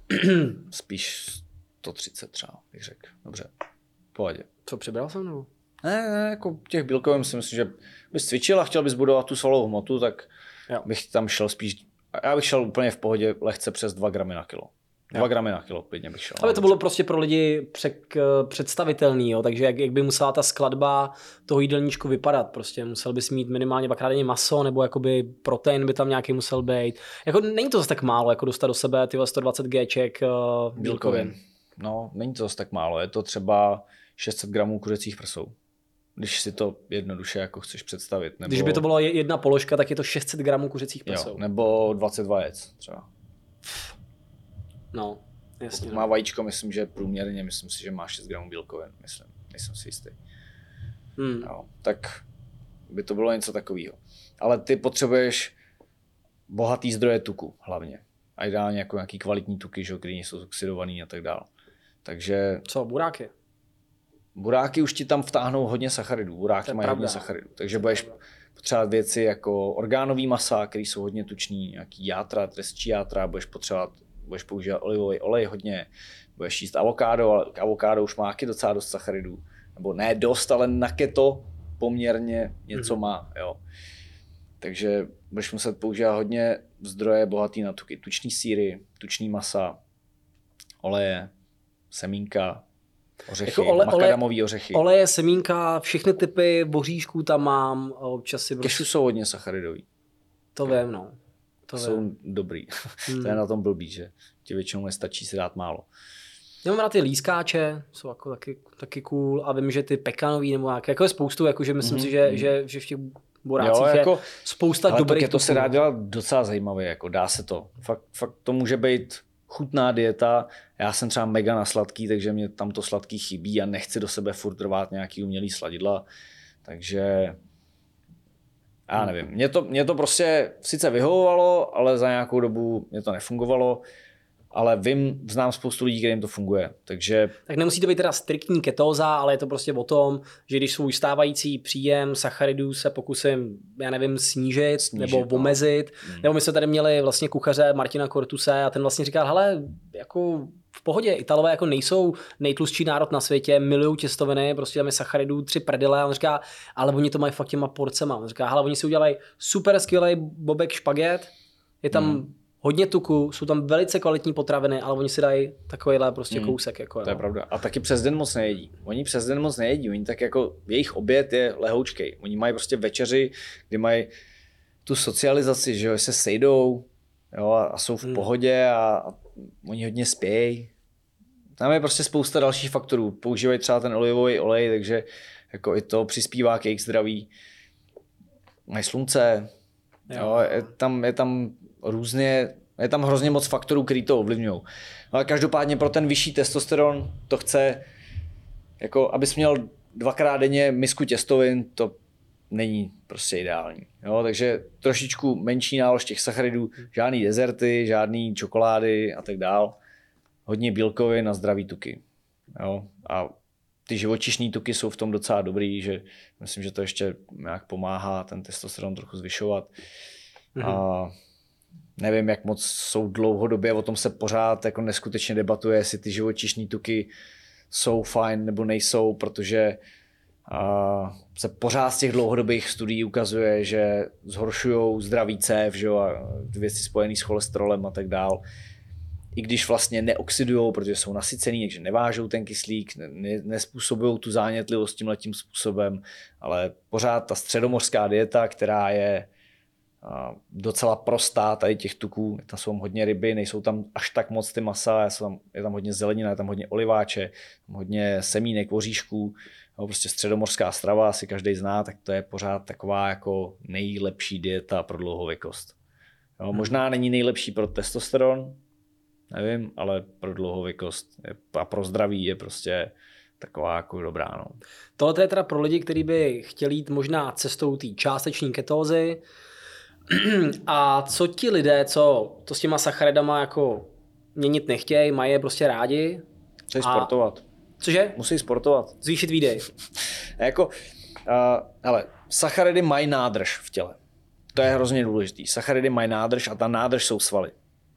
Spíš sto třicet třeba, bych řekl. Dobře, v pohodě. Co, přibral jsem nebo? Ne, ne, jako těch bílkovin si myslím, že bys cvičil a chtěl bys budovat tu svalovou hmotu, tak jo. bych tam šel spíš, já bych šel úplně v pohodě lehce přes dva gramy na kilo. Dva jo. gramy na kilo, klidně bych šel. Aby to bylo prostě pro lidi přek, představitelný, jo? Takže jak, jak by musela ta skladba toho jídelníčku vypadat, prostě musel bys mít minimálně dvakrát denně maso, nebo jakoby protein by tam nějaký musel být. Jako není to zase tak málo, jako dostat do sebe tyhle sto dvacet géček uh, bílkovin. No, není to zase tak málo, je to třeba šest set gramů kuřecích prsou. Když si to jednoduše jako chceš představit. Nebo... Když by to bylo jedna položka, tak je to šest set gramů kuřecích prsou. Jo, nebo dvacet vajec třeba. No, jasně. Pokud má vajíčko, myslím, že průměrně, myslím si, že má šest gramů bílkovin, myslím, nejsem si jistý. Hmm. Jo, tak by to bylo něco takového. Ale ty potřebuješ bohatý zdroje tuku hlavně. A ideálně jako nějaký kvalitní tuky, že, který jsou oxidovaný a tak dále. Takže... Co, buráky? Buráky už ti tam vtáhnou hodně sacharidů. Buráky mají hodně sacharidů. Takže budeš potřebovat věci jako orgánový masa, které jsou hodně tučný, nějaký játra, trestčí játra, budeš potřebovat, budeš používat olivový olej hodně, budeš jíst avokádo, ale avokádo už má taky docela dost sacharidů. Nebo ne dost, ale na keto poměrně něco mm-hmm. má. Jo. Takže budeš muset používat hodně zdroje bohatý na tuky. Tučný sýry, tučný masa, oleje, semínka, ořechy, jako ole, makadamový ořechy. Oleje, semínka, všechny typy boříšků tam mám. Občas si prostě... Kešu jsou hodně sacharidový. To vím, no. To jsou vím. dobrý. Hmm. To je na tom blbý, že ti většinou nestačí si dát málo. Já mám rád ty lískáče, jsou jako taky, taky cool a vím, že ty pekanový nebo nějaké, jako je spoustu, jakože myslím mm-hmm. si, že, že, že v těch borácích jo, jako, je spousta dobrých to, to se dá dělat docela zajímavě, jako dá se to. Fakt, fakt to může být chutná dieta. Já jsem třeba mega na sladký, takže mě tam to sladký chybí a nechci do sebe furt rvát nějaký umělý sladidla. Takže já nevím. Mě to, mě to prostě sice vyhovovalo, ale za nějakou dobu mě to nefungovalo. Ale vím, znám spoustu lidí, kterým to funguje, takže... Tak nemusí to být teda striktní ketóza, ale je to prostě o tom, že když svůj stávající příjem sacharidů se pokusím, já nevím, snížit, snížit nebo omezit, no. nebo my jsme tady měli vlastně kuchaře Martina Cortuse a ten vlastně říkal, hele, jako v pohodě, Italové jako nejsou nejtlustší národ na světě, milují těstoviny, prostě tam je sacharidů tři prdele a on říká, ale oni to mají fakt těma porcema. On říká, hele, oni si udělají super skvělý bobek špaget, je tam... Hmm. hodně tuku, jsou tam velice kvalitní potraviny, ale oni si dají takovýhle prostě kousek. Jako, to je pravda. A taky přes den moc nejedí. Oni přes den moc nejedí. Oni tak jako, jejich oběd je lehoučkej. Oni mají prostě večeři, kdy mají tu socializaci, že jo, se sejdou, jo, a jsou v hmm. pohodě a, a oni hodně spějí. Tam je prostě spousta dalších faktorů. Používají třeba ten olivový olej, takže jako i to přispívá k jejich zdraví. Mají slunce, jo. Jo, je tam, je tam různě, je tam hrozně moc faktorů, který to ovlivňují. Ale každopádně pro ten vyšší testosteron to chce jako abys měl dvakrát denně misku těstovin, to není prostě ideální. Jo? Takže trošičku menší nálož těch sacharidů, žádný dezerty, žádný čokolády a tak dál. Hodně bílkovin a zdravý tuky. Jo? A ty živočišní tuky jsou v tom docela dobrý, že myslím, že to ještě nějak pomáhá ten testosteron trochu zvyšovat. Mm-hmm. A nevím, jak moc jsou dlouhodobě, o tom se pořád jako neskutečně debatuje, jestli ty živočišní tuky jsou fajn nebo nejsou, protože a se pořád z těch dlouhodobých studií ukazuje, že zhoršují zdraví cév, že jo, a věci spojené s cholesterolem a tak dál. I když vlastně neoxidujou, protože jsou nasycený, takže nevážou ten kyslík, ne, nespůsobují tu zánětlivost tímhletím způsobem, ale pořád ta středomořská dieta, která je docela prostá tady těch tuků, tam jsou hodně ryby, nejsou tam až tak moc ty masa, je tam, je tam hodně zelenina, je tam hodně oliváče, hodně semínek, oříšků, no, prostě středomořská strava, asi každý zná, tak to je pořád taková jako nejlepší dieta pro dlouhověkost. Jo, hmm. Možná není nejlepší pro testosteron, nevím, ale pro dlouhověkost a pro zdraví je prostě taková jako dobrá. No. Tohle je teda pro lidi, kteří by chtěli jít možná cestou té částeční ketózy. A co ti lidé, co to s těma sacharidama jako měnit nechtějí, mají je prostě rádi? Musí a... sportovat. Cože? Musí sportovat. Zvýšit výdej. jako, uh, hele, sacharidy mají nádrž v těle. To je hrozně důležitý. Sacharidy mají nádrž a ta nádrž jsou svaly.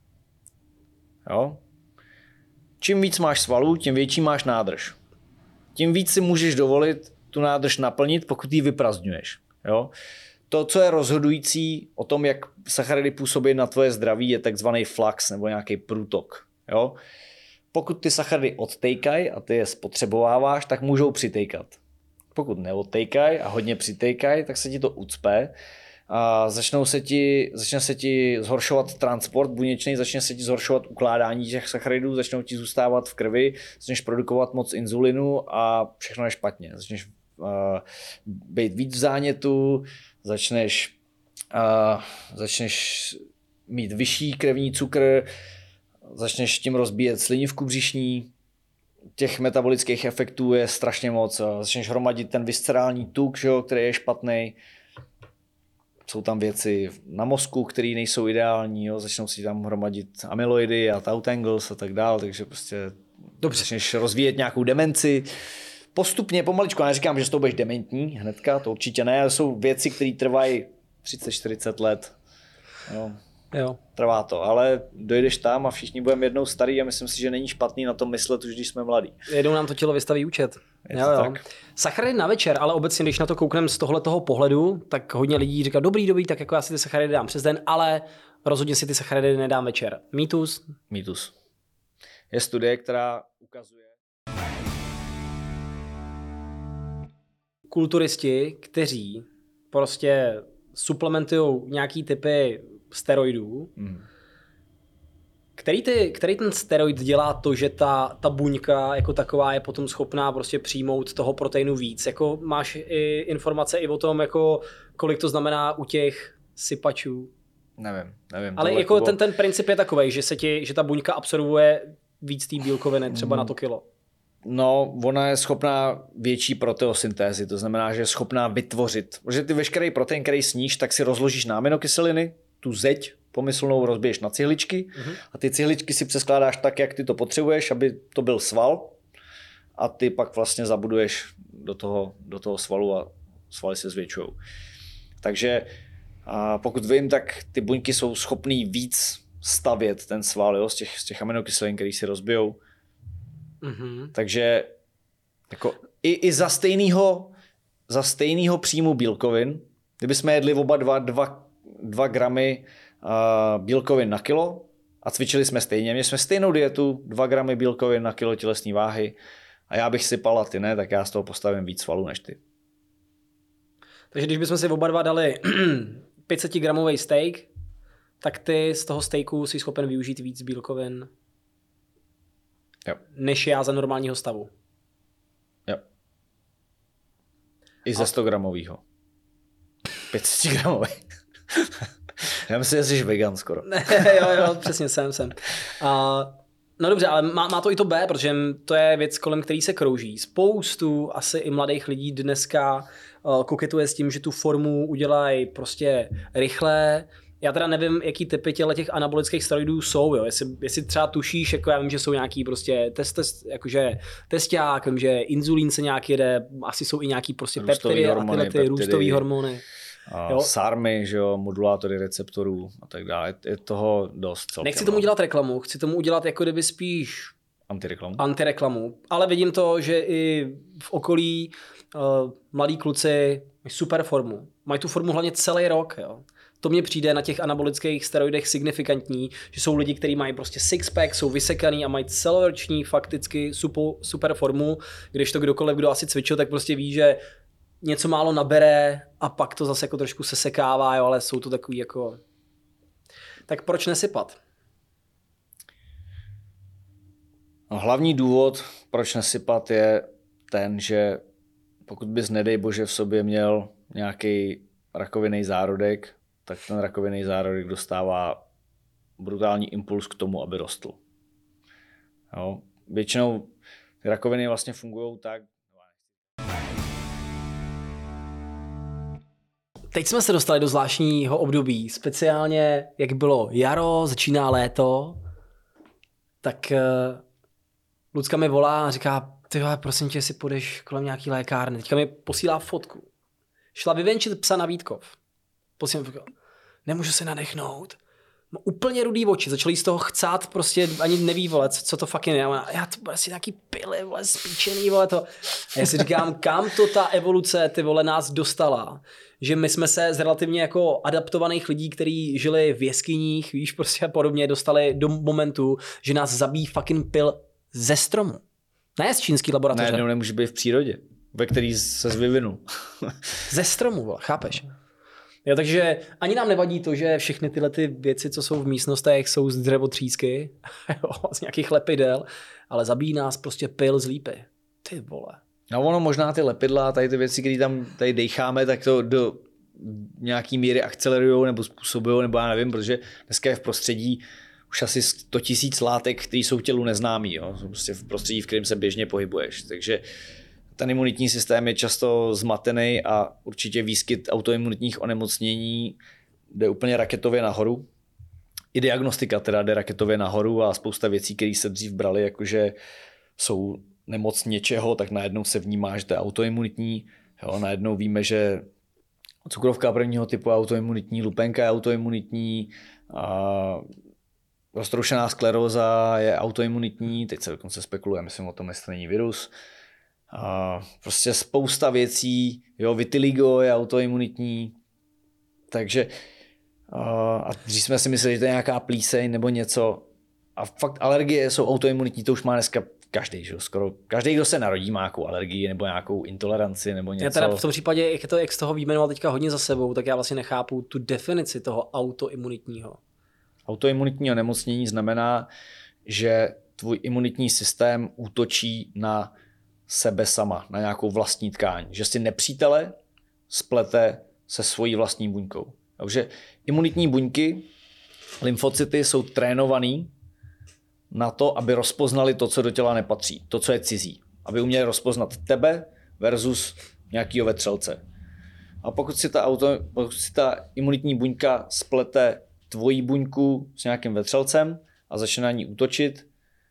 Jo? Čím víc máš svalů, tím větší máš nádrž. Tím víc si můžeš dovolit tu nádrž naplnit, pokud ji vyprazdňuješ. Jo? To, co je rozhodující o tom, jak sacharidy působí na tvoje zdraví, je takzvaný flux nebo nějaký průtok. Jo? Pokud ty sacharidy odtejkají a ty je spotřebováváš, tak můžou přitejkat. Pokud neodtejkají a hodně přitejkají, tak se ti to ucpe a začnou se ti, začne se ti zhoršovat transport buněčný, začne se ti zhoršovat ukládání těch sacharidů, začnou ti zůstávat v krvi, začneš produkovat moc inzulinu a všechno je špatně. Začneš uh, být víc v zánětu, začneš, uh, začneš mít vyšší krevní cukr, začneš tím rozbíjet slinivku břišní, těch metabolických efektů je strašně moc, začneš hromadit ten viscerální tuk, že jo, který je špatný. Jsou tam věci na mozku, které nejsou ideální, jo, začnou si tam hromadit amyloidy a tau tangles a tak dál, takže prostě dobře. Začneš rozvíjet nějakou demenci. Postupně, pomaličku, já neříkám, že z toho budeš dementní hnedka, to určitě ne, ale jsou věci, které trvají třicet čtyřicet let. Jo. Jo. Trvá to, ale dojdeš tam a všichni budeme jednou starý a myslím si, že není špatný na tom myslet už, když jsme mladí. Jednou nám to tělo vystaví účet. Je jo, to jo. tak. Sacharidy na večer, ale obecně, když na to koukneme z tohoto pohledu, tak hodně lidí říká, dobrý, dobrý, tak jako já si ty sacharidy dám přes den, ale rozhodně si ty sacharidy nedám večer. Mýtus? Mýtus. Je studie, která ukazuje... Kulturisti, kteří prostě suplementují nějaký typy steroidů, mm. který, ty, který ten steroid dělá to, že ta, ta buňka jako taková je potom schopná prostě přijmout toho proteinu víc. Jako máš i informace i o tom, jako kolik to znamená u těch sypačů? Nevím, nevím. Ale jako ten, ten princip je takovej, že, se ti, že ta buňka absorbuje víc té bílkoviny třeba mm. na to kilo. No, ona je schopná větší proteosyntézy, to znamená, že je schopná vytvořit. Protože ty veškerý protein, který sníš, tak si rozložíš na aminokyseliny, tu zeď pomyslnou rozbiješ na cihličky mm-hmm. a ty cihličky si přeskládáš tak, jak ty to potřebuješ, aby to byl sval a ty pak vlastně zabuduješ do toho, do toho svalu a svaly se zvětšují. Takže a pokud vím, tak ty buňky jsou schopný víc stavět ten sval, jo, z těch, z těch aminokyselin, který si rozbijou. Mm-hmm. Takže jako i, i za stejného za stejného příjmu bílkovin, kdybychom jedli oba dva, dva, dva gramy uh, bílkovin na kilo a cvičili jsme stejně, měli jsme stejnou dietu, dva gramy bílkovin na kilo tělesné váhy a já bych sypal a ty ne, tak já z toho postavím víc svalů než ty. Takže když bychom si oba dva dali pět set gramový steak, tak ty z toho steaku jsi schopen využít víc bílkovin, jo, než já za normálního stavu. Jo. I ze sto gramovýho. pět set gramový. Já myslím, že jsi vegan skoro. jo, jo, přesně jsem, jsem. A No dobře, ale má, má to i to B, protože to je věc, kolem který se krouží. Spoustu asi i mladých lidí dneska uh, koketuje s tím, že tu formu udělají prostě rychle. Já teda nevím, jaký typy těle těch anabolických steroidů jsou, jo. Jestli, jestli třeba tušíš, jako já vím, že jsou nějaký prostě test, test jakože testák, vím, že inzulín se nějak jede, asi jsou i nějaký prostě peptidy a tyhle ty růstové hormony. Jo. Sarmy, že jo, modulátory receptorů a tak dále. Je toho dost celkem. Nechci tomu dělat reklamu, chci tomu udělat jako kdyby spíš antireklamu. antireklamu. Ale vidím to, že i v okolí uh, mladí kluci mají super formu. Mají tu formu hlavně celý rok. Jo. To mně přijde na těch anabolických steroidech signifikantní, že jsou lidi, kteří mají prostě sixpack, jsou vysekaný a mají celoroční fakticky super, super formu, když to kdokoliv, kdo asi cvičil, tak prostě ví, že něco málo nabere a pak to zase jako trošku sesekává, jo, ale jsou to takový jako... Tak proč nesypat? No, hlavní důvod, proč nesypat, je ten, že pokud bys, nedej bože, v sobě měl nějaký rakovinný zárodek, tak ten rakovinný zárodek dostává brutální impuls k tomu, aby rostl. Jo. Většinou ty rakoviny vlastně fungují tak. Teď jsme se dostali do zvláštního období, speciálně jak bylo jaro, začíná léto, tak uh, Lucka mi volá a říká, ty vole, prosím tě, si půjdeš kolem nějaký lékárny. Teďka mi posílá fotku. Šla vyvenčit psa na Vítkov. Posílám fotku. Nemůžu se nadechnout. Má úplně rudý oči, začali z toho chcát, prostě ani neví, vole, co, co to fakt je. Já to bude asi nějaký pily, vole, spíčený, vole, to. A já si říkám, kam to ta evoluce, ty vole, nás dostala. Že my jsme se z relativně jako adaptovaných lidí, kteří žili v jeskyních, víš, prostě a podobně, dostali do momentu, že nás zabíjí fucking pil ze stromu. Ne z čínský laboratoře. Najednou nemůže být v přírodě, ve který se vyvinul. Ze stromu, vole, chápeš? Jo, takže ani nám nevadí to, že všechny tyhle ty věci, co jsou v místnostech, jsou z dřevotřísky, z nějakých lepidel, ale zabíjí nás prostě pil z lípy. Ty vole. No ono možná ty lepidla, tady ty věci, které tam tady dejcháme, tak to do nějaký míry akcelerujou nebo způsobují, nebo já nevím, protože dneska je v prostředí už asi sto tisíc látek, které jsou tělu neznámý. Jo? Jsou prostě v prostředí, v kterém se běžně pohybuješ. Takže ten imunitní systém je často zmatený a určitě výskyt autoimunitních onemocnění jde úplně raketově nahoru. I diagnostika teda jde raketově nahoru a spousta věcí, které se dřív brali, jakože jsou nemoc něčeho, tak najednou se vnímá, že to je autoimunitní. Jo, najednou víme, že cukrovka prvního typu je autoimunitní, lupenka je autoimunitní, a roztroušená skleróza je autoimunitní, teď se dokonce spekuluje, myslím o tom, jestli není virus. A prostě spousta věcí, jo, vitiligo je autoimunitní, takže a dřív jsme si mysleli, že to je nějaká plíseň nebo něco a fakt alergie jsou autoimunitní, to už má dneska každý, že? Skoro každý, kdo se narodí, má nějakou alergii nebo nějakou intoleranci nebo něco. Já teda v tom případě, jak, to, jak z toho vyjmenoval teďka hodně za sebou, tak já vlastně nechápu tu definici toho autoimunitního. Autoimunitní onemocnění znamená, že tvůj imunitní systém útočí na sebe sama, na nějakou vlastní tkáň. Že si nepřítele splete se svojí vlastní buňkou. Takže imunitní buňky, lymfocyty jsou trénovaný na to, aby rozpoznali to, co do těla nepatří, to, co je cizí. Aby uměli rozpoznat tebe versus nějakýho vetřelce. A pokud si ta, auto, pokud si ta imunitní buňka splete tvoji buňku s nějakým vetřelcem a začne na ní útočit,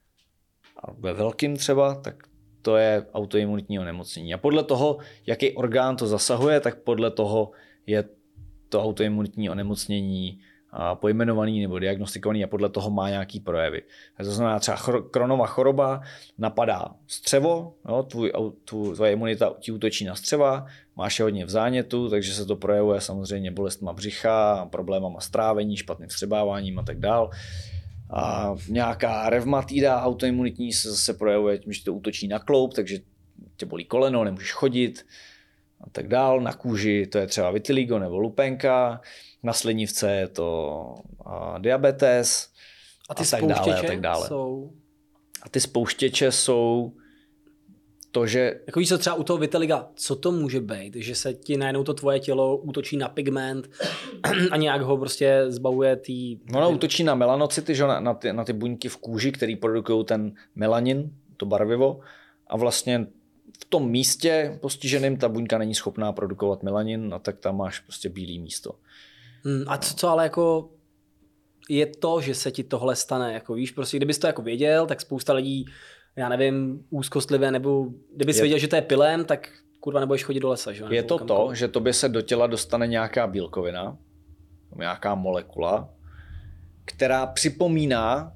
a ve velkým třeba, tak to je autoimunitní onemocnění. A podle toho, jaký orgán to zasahuje, tak podle toho je to autoimunitní onemocnění pojmenovaný nebo diagnostikovaný a podle toho má nějaký projevy. To znamená třeba Crohnova choroba napadá střevo, no, tvůj, tvůj, tvoje imunita ti útočí na střeva, máš je hodně v zánětu, takže se to projevuje samozřejmě bolestma břicha, problémama strávení, špatným vstřebáváním a tak dál. A nějaká revmatida autoimunitní se zase projevuje tím, že to útočí na kloub, takže tě bolí koleno, nemůžeš chodit a tak dál. Na kůži to je třeba vitiligo nebo lupenka, na slinivce je to a, diabetes a, ty a tak dále a tak dále. Jsou... A ty spouštěče jsou to, že... Jako víš co, třeba u toho vitiliga, co to může být, že se ti najednou to tvoje tělo útočí na pigment a nějak ho prostě zbavuje tý... Ono útočí na melanocyty, že? Na, na, ty, na ty buňky v kůži, který produkují ten melanin, to barvivo, a vlastně v tom místě postiženým ta buňka není schopná produkovat melanin, a tak tam máš prostě bílý místo. Hmm, a co, co ale jako je to, že se ti tohle stane, jako víš, prostě kdybys to jako věděl, tak spousta lidí, já nevím, úzkostlivé, nebo kdybys je... věděl, že to je pilem, tak kurva nebudeš chodit do lesa, že? Je to to, že tobě se do těla dostane nějaká bílkovina, nějaká molekula, která připomíná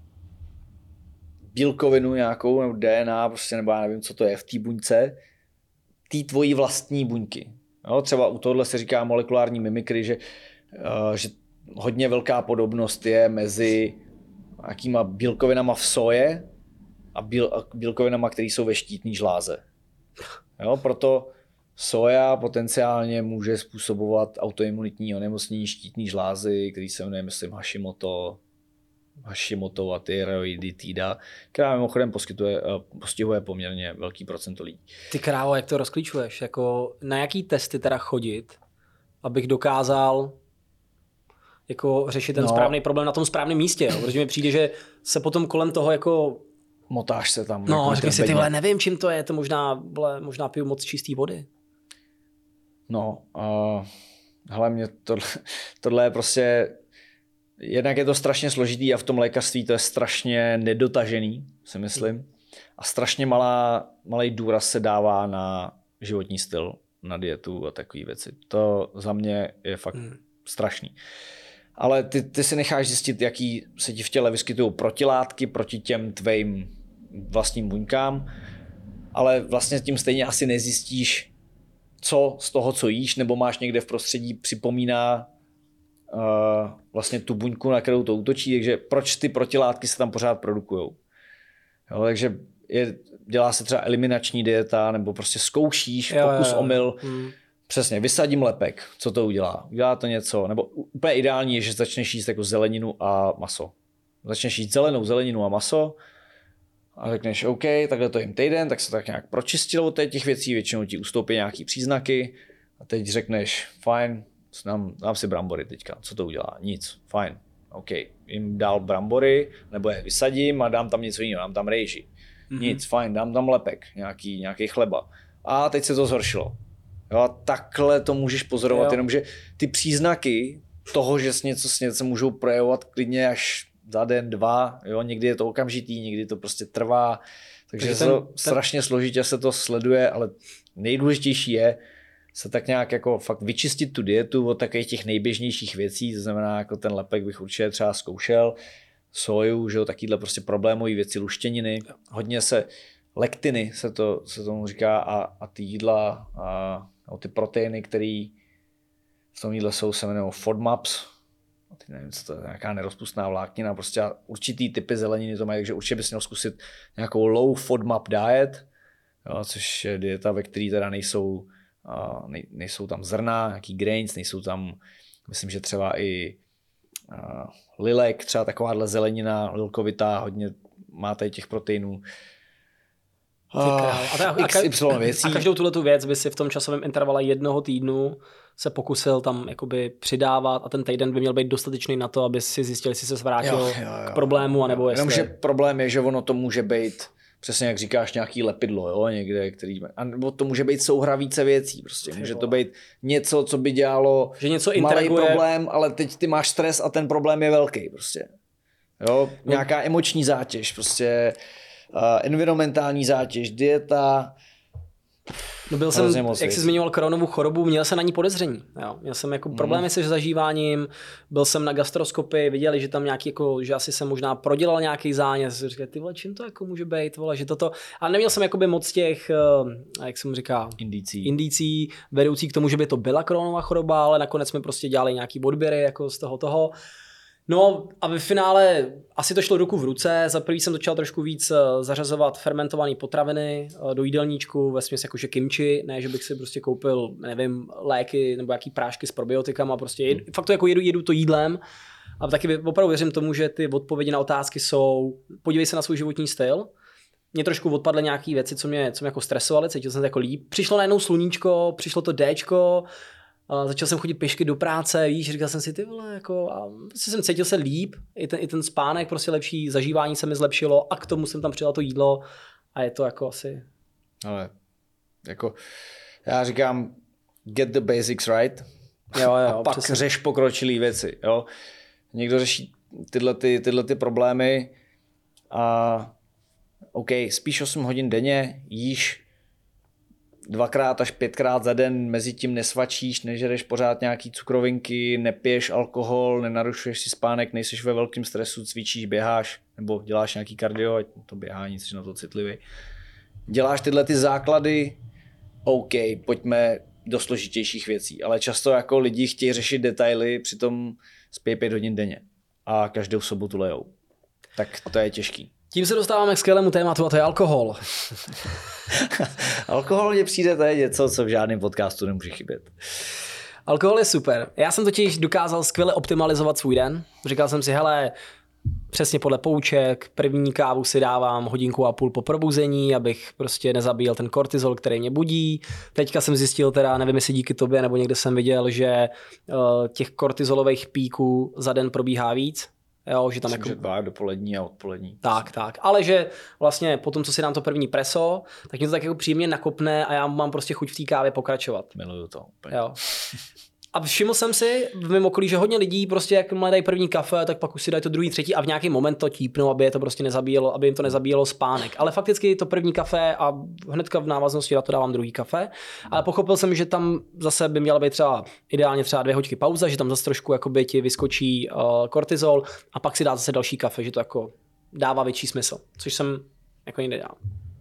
bílkovinu nějakou, nebo D N A, prostě, nebo já nevím, co to je v té buňce, té tvojí vlastní buňky. Jo, třeba u tohohle se říká molekulární mimikry, že, uh, že hodně velká podobnost je mezi jakýma bílkovinama v soje a, bíl, a bílkovinama, které jsou ve štítné žláze. Jo, proto soja potenciálně může způsobovat autoimunitní onemocnění štítné žlázy, který se jmenuje, myslím, Hashimoto, Hashimoto a thyroiditida, která mimochodem poskytuje, postihuje poměrně velký procento lidí. Ty krávo, jak to rozklíčuješ? Jako, na jaký testy teda chodit, abych dokázal jako řešit ten no, správný problém na tom správném místě? Jo? Protože mi přijde, že se potom kolem toho jako... Motáš se tam. No, řekni si, ty vole, nevím, čím to je, to možná, vole, možná piju moc čistý vody. No, uh, hele, mě tohle, tohle je prostě... Jednak je to strašně složitý a v tom lékařství to je strašně nedotažený, si myslím. A strašně malá, malý důraz se dává na životní styl, na dietu a takové věci. To za mě je fakt hmm. strašný. Ale ty, ty si necháš zjistit, jaký se ti v těle vyskytují protilátky proti těm tvým vlastním buňkám, ale vlastně tím stejně asi nezjistíš, co z toho, co jíš, nebo máš někde v prostředí, připomíná uh, vlastně tu buňku, na kterou to útočí, takže proč ty protilátky se tam pořád produkujou. Jo, takže je, dělá se třeba eliminační dieta, nebo prostě zkoušíš, jo, pokus jo, jo. omyl. Hmm. Přesně, vysadím lepek, co to udělá? Udělá to něco, nebo úplně ideální je, že začneš jíst jako zeleninu a maso. Začneš jíst zelenou zeleninu a maso a řekneš, OK, takhle to jim týden, tak se tak nějak pročistilo od těch věcí, většinou ti ustoupí nějaký příznaky a teď řekneš, fajn, dám, dám si brambory teďka, co to udělá? Nic, fajn, OK, jim dál brambory, nebo je vysadím a dám tam něco jiného, dám tam rejži. Mm-hmm. Nic, fajn, dám tam lepek, nějaký, nějaký chleba. A teď se to zhoršilo. Jo, a takhle to můžeš pozorovat, jo. Jenomže ty příznaky toho, že s něco s něco můžou projevovat klidně až za den, dva, jo, někdy je to okamžitý, někdy to prostě trvá, takže, takže ten, to ten... strašně složitě se to sleduje, ale nejdůležitější je se tak nějak jako fakt vyčistit tu dietu od takových těch nejběžnějších věcí, to znamená jako ten lepek bych určitě třeba zkoušel, soju, že jo, takovýhle prostě problémové věci, luštěniny, hodně se lektiny se to se tomu říká a, a ty jídla a no, ty proteiny, které v tom jídle jsou, se jmenují FODMAPs. Teď nevím, co to je, nějaká nerozpustná vláknina. Prostě určitý typy zeleniny to mají, takže určitě bys měl zkusit nějakou low FODMAP diet, jo, což je dieta, ve které teda nejsou, uh, nej, nejsou tam zrna, nějaký grains, nejsou tam, myslím, že třeba i uh, lilek, třeba takováhle zelenina, lilkovitá, hodně má tady těch proteinů. A, a, a, X Y věcí. A každou tuhletu věc by si v tom časovém intervale jednoho týdnu se pokusil tam jakoby přidávat a ten týden by měl být dostatečný na to, aby si zjistil, jestli se zvrátil jo, jo, jo, k problému, anebo jestli... Jenomže problém je, že ono to může být, přesně jak říkáš, nějaký lepidlo, jo, někde, který... A nebo to může být souhra více věcí, prostě. Může to být něco, co by dělalo že něco malý problém, ale teď ty máš stres a ten problém je velký, prostě. Jo, nějaká no. emoční zátěž, prostě... Uh, environmentální zátěž, dieta. No byl jsem, jak jsi zmiňoval koronovou chorobu, měl jsem na ní podezření. Jo. Měl jsem jako problémy mm. se zažíváním, byl jsem na gastroskopii, viděli, že tam nějaký, jako, že asi jsem možná prodělal nějaký zánět. Říkali, ty vole, čím to jako může být, vole, že toto. Ale neměl jsem jakoby moc těch, jak jsem říká, indicí. indicí vedoucí k tomu, že by to byla koronová choroba, ale nakonec jsme prostě dělali nějaký odběry jako z toho toho. No a ve finále asi to šlo ruku v ruce. Za prvý jsem začal trošku víc zařazovat fermentované potraviny do jídelníčku, vesměs jakože kimchi, ne, že bych si prostě koupil, nevím, léky nebo jaký prášky s probiotikama, prostě jedu, fakt to jako jedu, jedu to jídlem. A taky opravdu věřím tomu, že ty odpovědi na otázky jsou, podívej se na svůj životní styl, mě trošku odpadly nějaké věci, co mě, co mě jako stresovaly, cítil jsem se jako líp. Přišlo najednou sluníčko, přišlo to Dčko, a začal jsem chodit pěšky do práce, víš, říkal jsem si, ty vole, jako, a prostě jsem cítil se líp, i ten, i ten spánek prostě lepší, zažívání se mi zlepšilo a k tomu jsem tam přidal to jídlo a je to jako asi... Ale jako, já říkám, get the basics right, jo, jo, a pak přesně. řeš pokročilý věci, jo. Někdo řeší tyhle, ty, tyhle ty problémy a OK, spíš osm hodin denně, jíš dvakrát až pětkrát za den, mezi tím nesvačíš, nežereš pořád nějaký cukrovinky, nepiješ alkohol, nenarušuješ si spánek, nejseš ve velkém stresu, cvičíš, běháš nebo děláš nějaký kardio, ať to běhání, jsi na to citlivý. Děláš tyhle ty základy, OK, pojďme do složitějších věcí, ale často jako lidi chtějí řešit detaily, přitom spí pět hodin denně a každou sobotu lejou. Tak to je těžký. Tím se dostáváme k skvělému tématu a to je alkohol. Alkohol mně přijde, to je něco, co v žádném podcastu nemůže chybět. Alkohol je super. Já jsem totiž dokázal skvěle optimalizovat svůj den. Říkal jsem si, hele, přesně podle pouček, první kávu si dávám hodinku a půl po probuzení, abych prostě nezabíjel ten kortizol, který mě budí. Teďka jsem zjistil teda, nevím jestli díky tobě, nebo někde jsem viděl, že uh, těch kortizolových píků za den probíhá víc. Jo, že tam Myslím, jako... že dva dopolední a odpolední. Tak, tak. Ale že vlastně po tom, co si dám to první preso, tak mě to tak jako příjemně nakopne a já mám prostě chuť v té kávě pokračovat. Miluju to úplně. Jo. A všiml jsem si v mém okolí, že hodně lidí prostě jak dají první kafe, tak pak už si dají to druhý, třetí a v nějaký moment to típnou, aby je to prostě nezabíjelo, aby jim to nezabíjelo spánek. Ale fakticky to první kafe a hnedka v návaznosti na to dávám druhý kafe. Ale pochopil jsem, že tam zase by měla být třeba ideálně třeba dvě hoďky pauza, že tam zase trošku jakoby ti vyskočí uh, kortizol a pak si dá zase další kafe, že to jako dává větší smysl, což jsem jako nikdy dělal.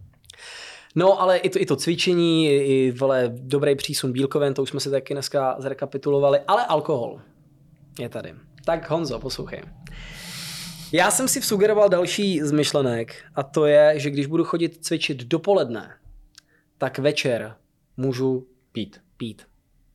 No, ale i to, i to cvičení, i vole, dobrý přísun bílkovin, to už jsme si taky dneska zrekapitulovali, ale alkohol je tady. Tak Honzo, poslouchej. Já jsem si vsugeroval další z myšlenek a to je, že když budu chodit cvičit dopoledne, tak večer můžu Pít. pít.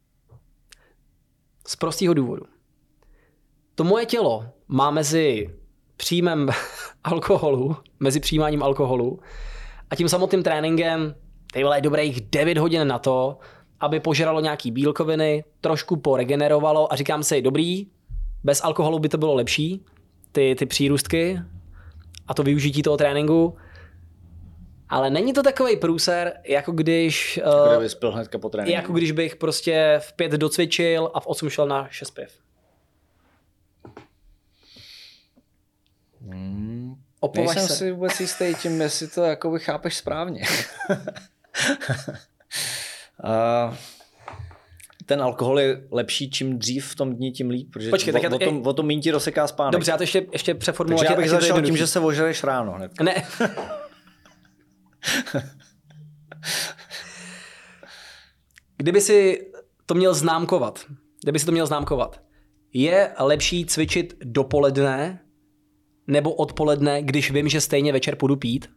Z prostého důvodu. To moje tělo má mezi příjmem alkoholu, mezi přijímáním alkoholu a tím samotným tréninkem tady vole dobrých devět hodin na to, aby požralo nějaký bílkoviny, trošku poregenerovalo a říkám si, dobrý, bez alkoholu by to bylo lepší, ty, ty přírůstky a to využití toho tréninku, ale není to takovej průser, jako když... Jako kdyby spil hnedka po tréninku. Jako když bych prostě v pět docvičil a v osm šel na šest piv. Hmm. Opovaž Nejsem se. si vůbec jistý tím, jestli to jakoby chápeš správně. uh, ten alkohol je lepší, čím dřív v tom dni, tím líp, protože Počkej, o, tak já to- o, tom, o tom míň ti rozseká spánek. Dobře, já to ještě, ještě přeformuluji. Takže já ať je- bych ať je to začal tím, jednoduchý. že se ožereš ráno hned. Ne. Kdyby si to měl známkovat, kdyby si to měl známkovat, je lepší cvičit dopoledne nebo odpoledne, když vím, že stejně večer půjdu pít?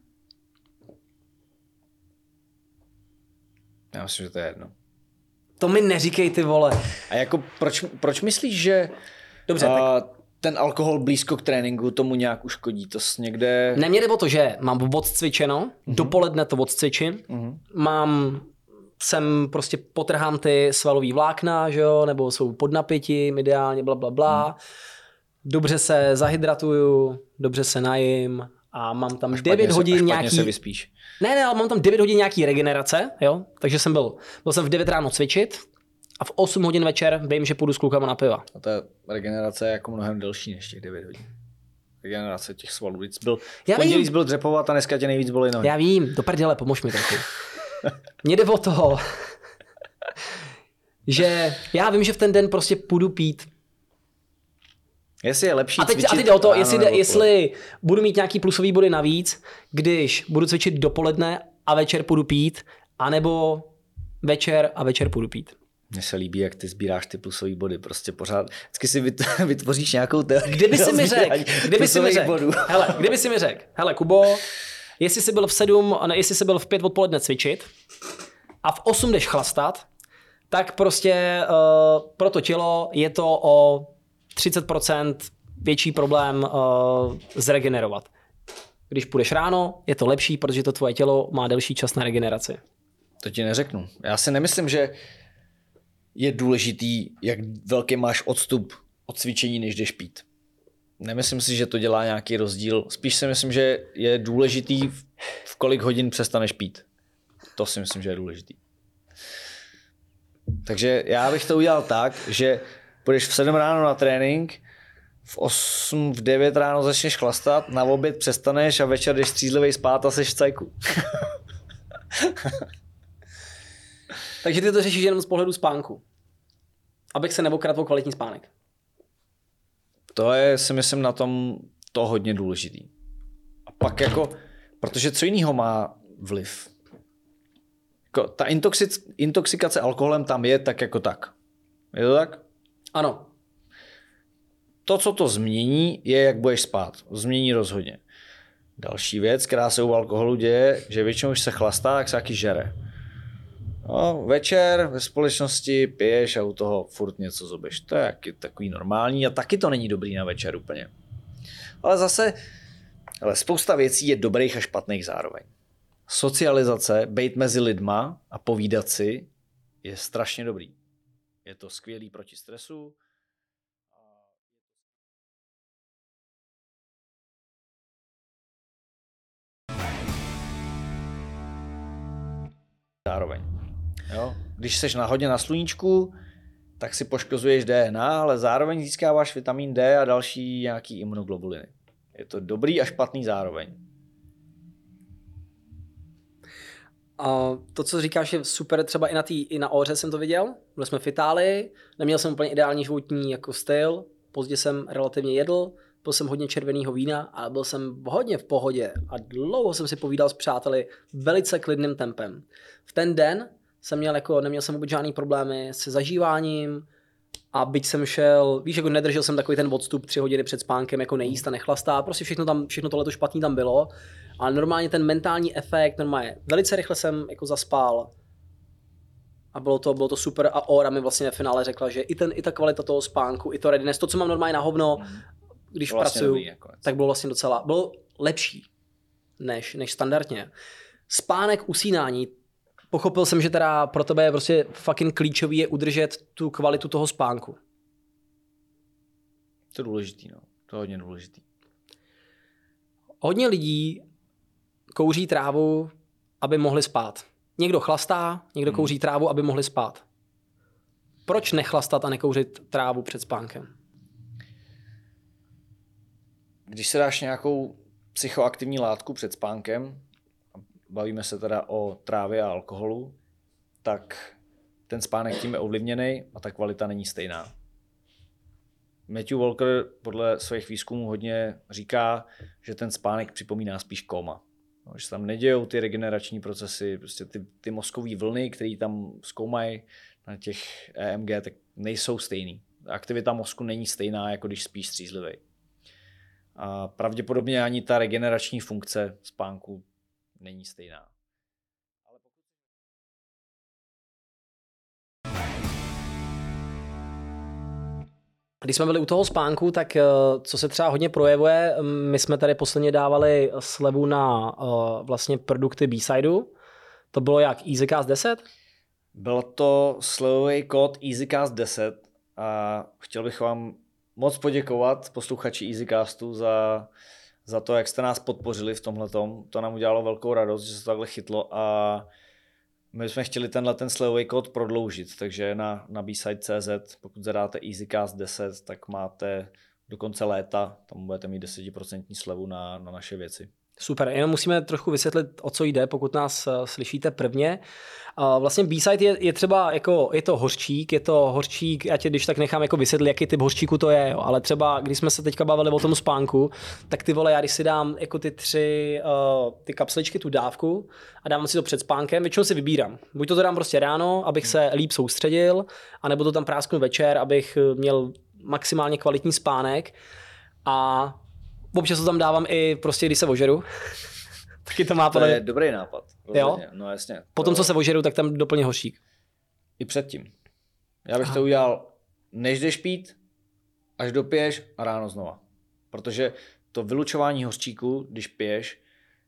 Já myslím, že to je jedno. To mi neříkej, ty vole. A jako proč, proč myslíš, že Dobře, uh, tak ten alkohol blízko k tréninku tomu nějak uškodí? To s někde... ne, mě jde o to, že mám odcvičeno, mm-hmm. dopoledne to odcvičím, Mm-hmm. mám, sem prostě potrhám ty svalový vlákna, že jo, nebo jsou pod napětím ideálně, bla, bla, bla. Mm. Dobře se zahydratuju, dobře se najím a mám tam devět se, hodin a špatně nějaký... se vyspíš. Ne, ne, ale mám tam devět hodin nějaký regenerace, jo, takže jsem byl, byl jsem v devět ráno cvičit a v osm hodin večer vím, že půjdu s klukama na piva. A ta regenerace je jako mnohem delší než těch devět hodin. Regenerace těch svalů. Víc byl, v Já pondělí vím. jsi byl dřepovat a dneska tě nejvíc bolí nohy. Já vím, do prdele, pomož mi trochu. Mně jde o toho, že já vím, že v ten den prostě půjdu pít. Jestli je lepší A teď, cvičit a teď jde o to, ráno jestli, nebo jde, jestli budu mít nějaký plusový body navíc, když budu cvičit dopoledne a večer půjdu pít, anebo večer a večer půjdu pít. Mně se líbí, jak ty sbíráš ty plusové body. Prostě pořád, vždycky si vyt- vytvoříš nějakou teorii. Kdyby si mi řekl, sbírání kdyby si mi plusových řekl, bodů. hele, kdyby si mi řekl, hele Kubo, jestli jsi byl v sedm, ne, jestli jsi byl v pět odpoledne cvičit a v osm jdeš chlastat, tak prostě uh, pro to tělo je to o třicet procent větší problém uh, zregenerovat. Když půjdeš ráno, je to lepší, protože to tvoje tělo má delší čas na regeneraci. To ti neřeknu. Já si nemyslím, že je důležitý, jak velký máš odstup od cvičení, než jdeš pít. Nemyslím si, že to dělá nějaký rozdíl. Spíš si myslím, že je důležitý, v kolik hodin přestaneš pít. To si myslím, že je důležitý. Takže já bych to udělal tak, že půjdeš v sedm ráno na trénink, v osm, v devět ráno začneš chlastat, na oběd přestaneš a večer jdeš střízlivej spát a seš v cajku. Takže ty to řešíš jenom z pohledu spánku. Abych se neokradl o kvalitní spánek. To je, si myslím, na tom to hodně důležitý. A pak jako, protože co jiného má vliv? Jako, ta intoxic, intoxikace alkoholem tam je tak jako tak. Je to tak? Ano. To, co to změní, je, jak budeš spát. Změní rozhodně. Další věc, která se u alkoholu děje, že většinou, když se chlastá, tak se taky žere. No, večer ve společnosti piješ a u toho furt něco zobeš. To je takový normální a taky to není dobrý na večer úplně. Ale zase ale spousta věcí je dobrých a špatných zároveň. Socializace, bejt mezi lidma a povídat si je strašně dobrý. Je to skvělý proti stresu. Zároveň. Jo? Když seš na hodně na sluníčku, tak si poškozuješ D N A, ale zároveň získáváš vitamin D a další nějaký imunoglobuliny. Je to dobrý a špatný zároveň. A to, co říkáš, je super, třeba i na, tý, i na Óře jsem to viděl. Byli jsme v Itálii, neměl jsem úplně ideální životní jako styl, pozdě jsem relativně jedl, byl jsem hodně červeného vína a byl jsem hodně v pohodě a dlouho jsem si povídal s přáteli velice klidným tempem. V ten den jsem měl jako, neměl jsem vůbec žádný problémy se zažíváním a byť jsem šel, víš, jako nedržel jsem takový ten odstup tři hodiny před spánkem, jako nejíst a nechlastá, prostě všechno tam, všechno tohleto špatný tam bylo, ale normálně ten mentální efekt, normálně velice rychle jsem jako zaspal a bylo to, bylo to super a Óra mi vlastně ve finále řekla, že i, ten, i ta kvalita toho spánku, i to readiness, to, co mám normálně na hovno, mm. když vlastně pracuju, tak bylo vlastně docela, bylo lepší než, než standardně. Spánek, usínání, pochopil jsem, že teda pro tebe je prostě fucking klíčový je udržet tu kvalitu toho spánku. To je důležitý, no. To je hodně důležitý. Hodně lidí kouří trávu, aby mohli spát. Někdo chlastá, někdo hmm. kouří trávu, aby mohli spát. Proč nechlastat a nekouřit trávu před spánkem? Když se dáš nějakou psychoaktivní látku před spánkem, bavíme se teda o trávě a alkoholu, tak ten spánek tím je ovlivněný a ta kvalita není stejná. Matthew Walker podle svých výzkumů hodně říká, že ten spánek připomíná spíš kóma. No, že tam nedějou ty regenerační procesy, prostě ty, ty mozkové vlny, které tam zkoumají na těch E M G, tak nejsou stejný. Aktivita mozku není stejná, jako když spíš střízlivej. A pravděpodobně ani ta regenerační funkce spánku není stejná. Když jsme byli u toho spánku, tak co se třeba hodně projevuje, my jsme tady posledně dávali slevu na vlastně produkty B-Sideu. To bylo jak EasyCast deset? Byl to slevový kód EasyCast deset a chtěl bych vám moc poděkovat posluchači EasyCastu za, za to, jak jste nás podpořili v tomhletom. To nám udělalo velkou radost, že se to takhle chytlo a my jsme chtěli tenhle ten slevový kód prodloužit, takže na, na bside tečka cz, pokud zadáte EasyCast deset, tak máte do konce léta, tam budete mít deset procent slevu na, na naše věci. Super, jenom musíme trošku vysvětlit, o co jde, pokud nás uh, slyšíte prvně. Uh, vlastně B-Side je, je třeba, jako, je to hořčík, je to hořčík, já tě když tak nechám jako vysvětlit, jaký typ hořčíku to je, jo. Ale třeba, když jsme se teďka bavili o tom spánku, tak ty vole, já když si dám jako ty tři uh, ty kapsličky, tu dávku a dávám si to před spánkem, většinou si vybírám. Buď to dám prostě ráno, abych se líp soustředil, anebo to tam prásknu večer, abych měl maximálně kvalitní spánek a občas to tam dávám i prostě, když se ožeru. Taky to má to je dobrý nápad. Jo? No jasně. Potom, co se ožeru, tak tam doplně hořčík. I předtím. Já bych Aha. to udělal, než jdeš pít, až dopiješ a ráno znova. Protože to vylučování hořčíku, když piješ,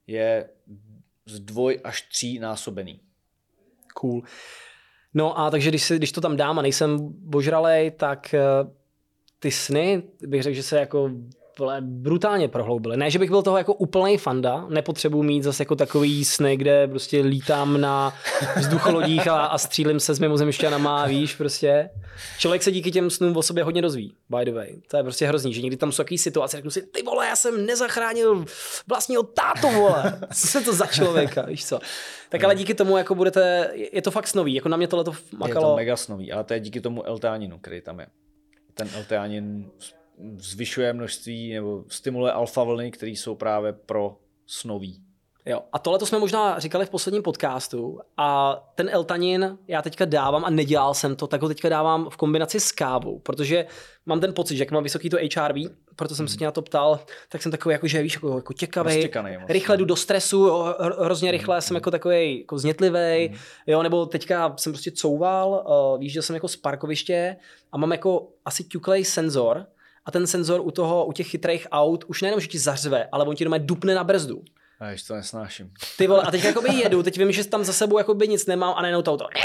je z dvoj až tří násobený. Cool. No a takže když, si, když to tam dám a nejsem božralej, tak uh, ty sny, bych řekl, že se jako vole, brutálně prohloubily. Ne, že bych byl toho jako úplnej fanda, nepotřebuji mít zase jako takový sny, kde prostě lítám na vzducholodích a, a střílím se s mimozemšťanama, víš, prostě. Člověk se díky těm snům o sobě hodně dozví, by the way. To je prostě hrozný, že někdy tam jsou takový situace, řeknu si, ty vole, já jsem nezachránil vlastního tátu, vole. Co se to za člověka, víš co. Tak ale díky tomu jako budete, je to fakt snový, jako na mě tohle to makalo. Je to mega snový, ale to je díky tomu L-teaninu, který tam je. Ten L-teanin zvyšuje množství nebo stimuluje alfa vlny, které jsou právě pro snový. Jo, a tohle to jsme možná říkali v posledním podcastu a ten L-tanin já teďka dávám a nedělal jsem to, tak ho teďka dávám v kombinaci s kávou, protože mám ten pocit, že jak mám vysoký to H R V, proto jsem se tě na to ptal, tak jsem takový jako, že víš, jako, jako těkavej, rychle jdu do stresu, jo, hrozně rychle, mm. jsem jako takový jako znětlivej, mm. jo, nebo teďka jsem prostě couval, uh, výjížděl jsem jako z parkoviště a mám jako asi ťuklej senzor a ten senzor u toho, u těch chytrých aut už nejenom, že ti zařve, ale on ti doma dupne na brzdu. A ještě to nesnáším. Ty vole, a teď jakoby jedu, teď vím, že tam za sebou jakoby nic nemám a najednou to auto.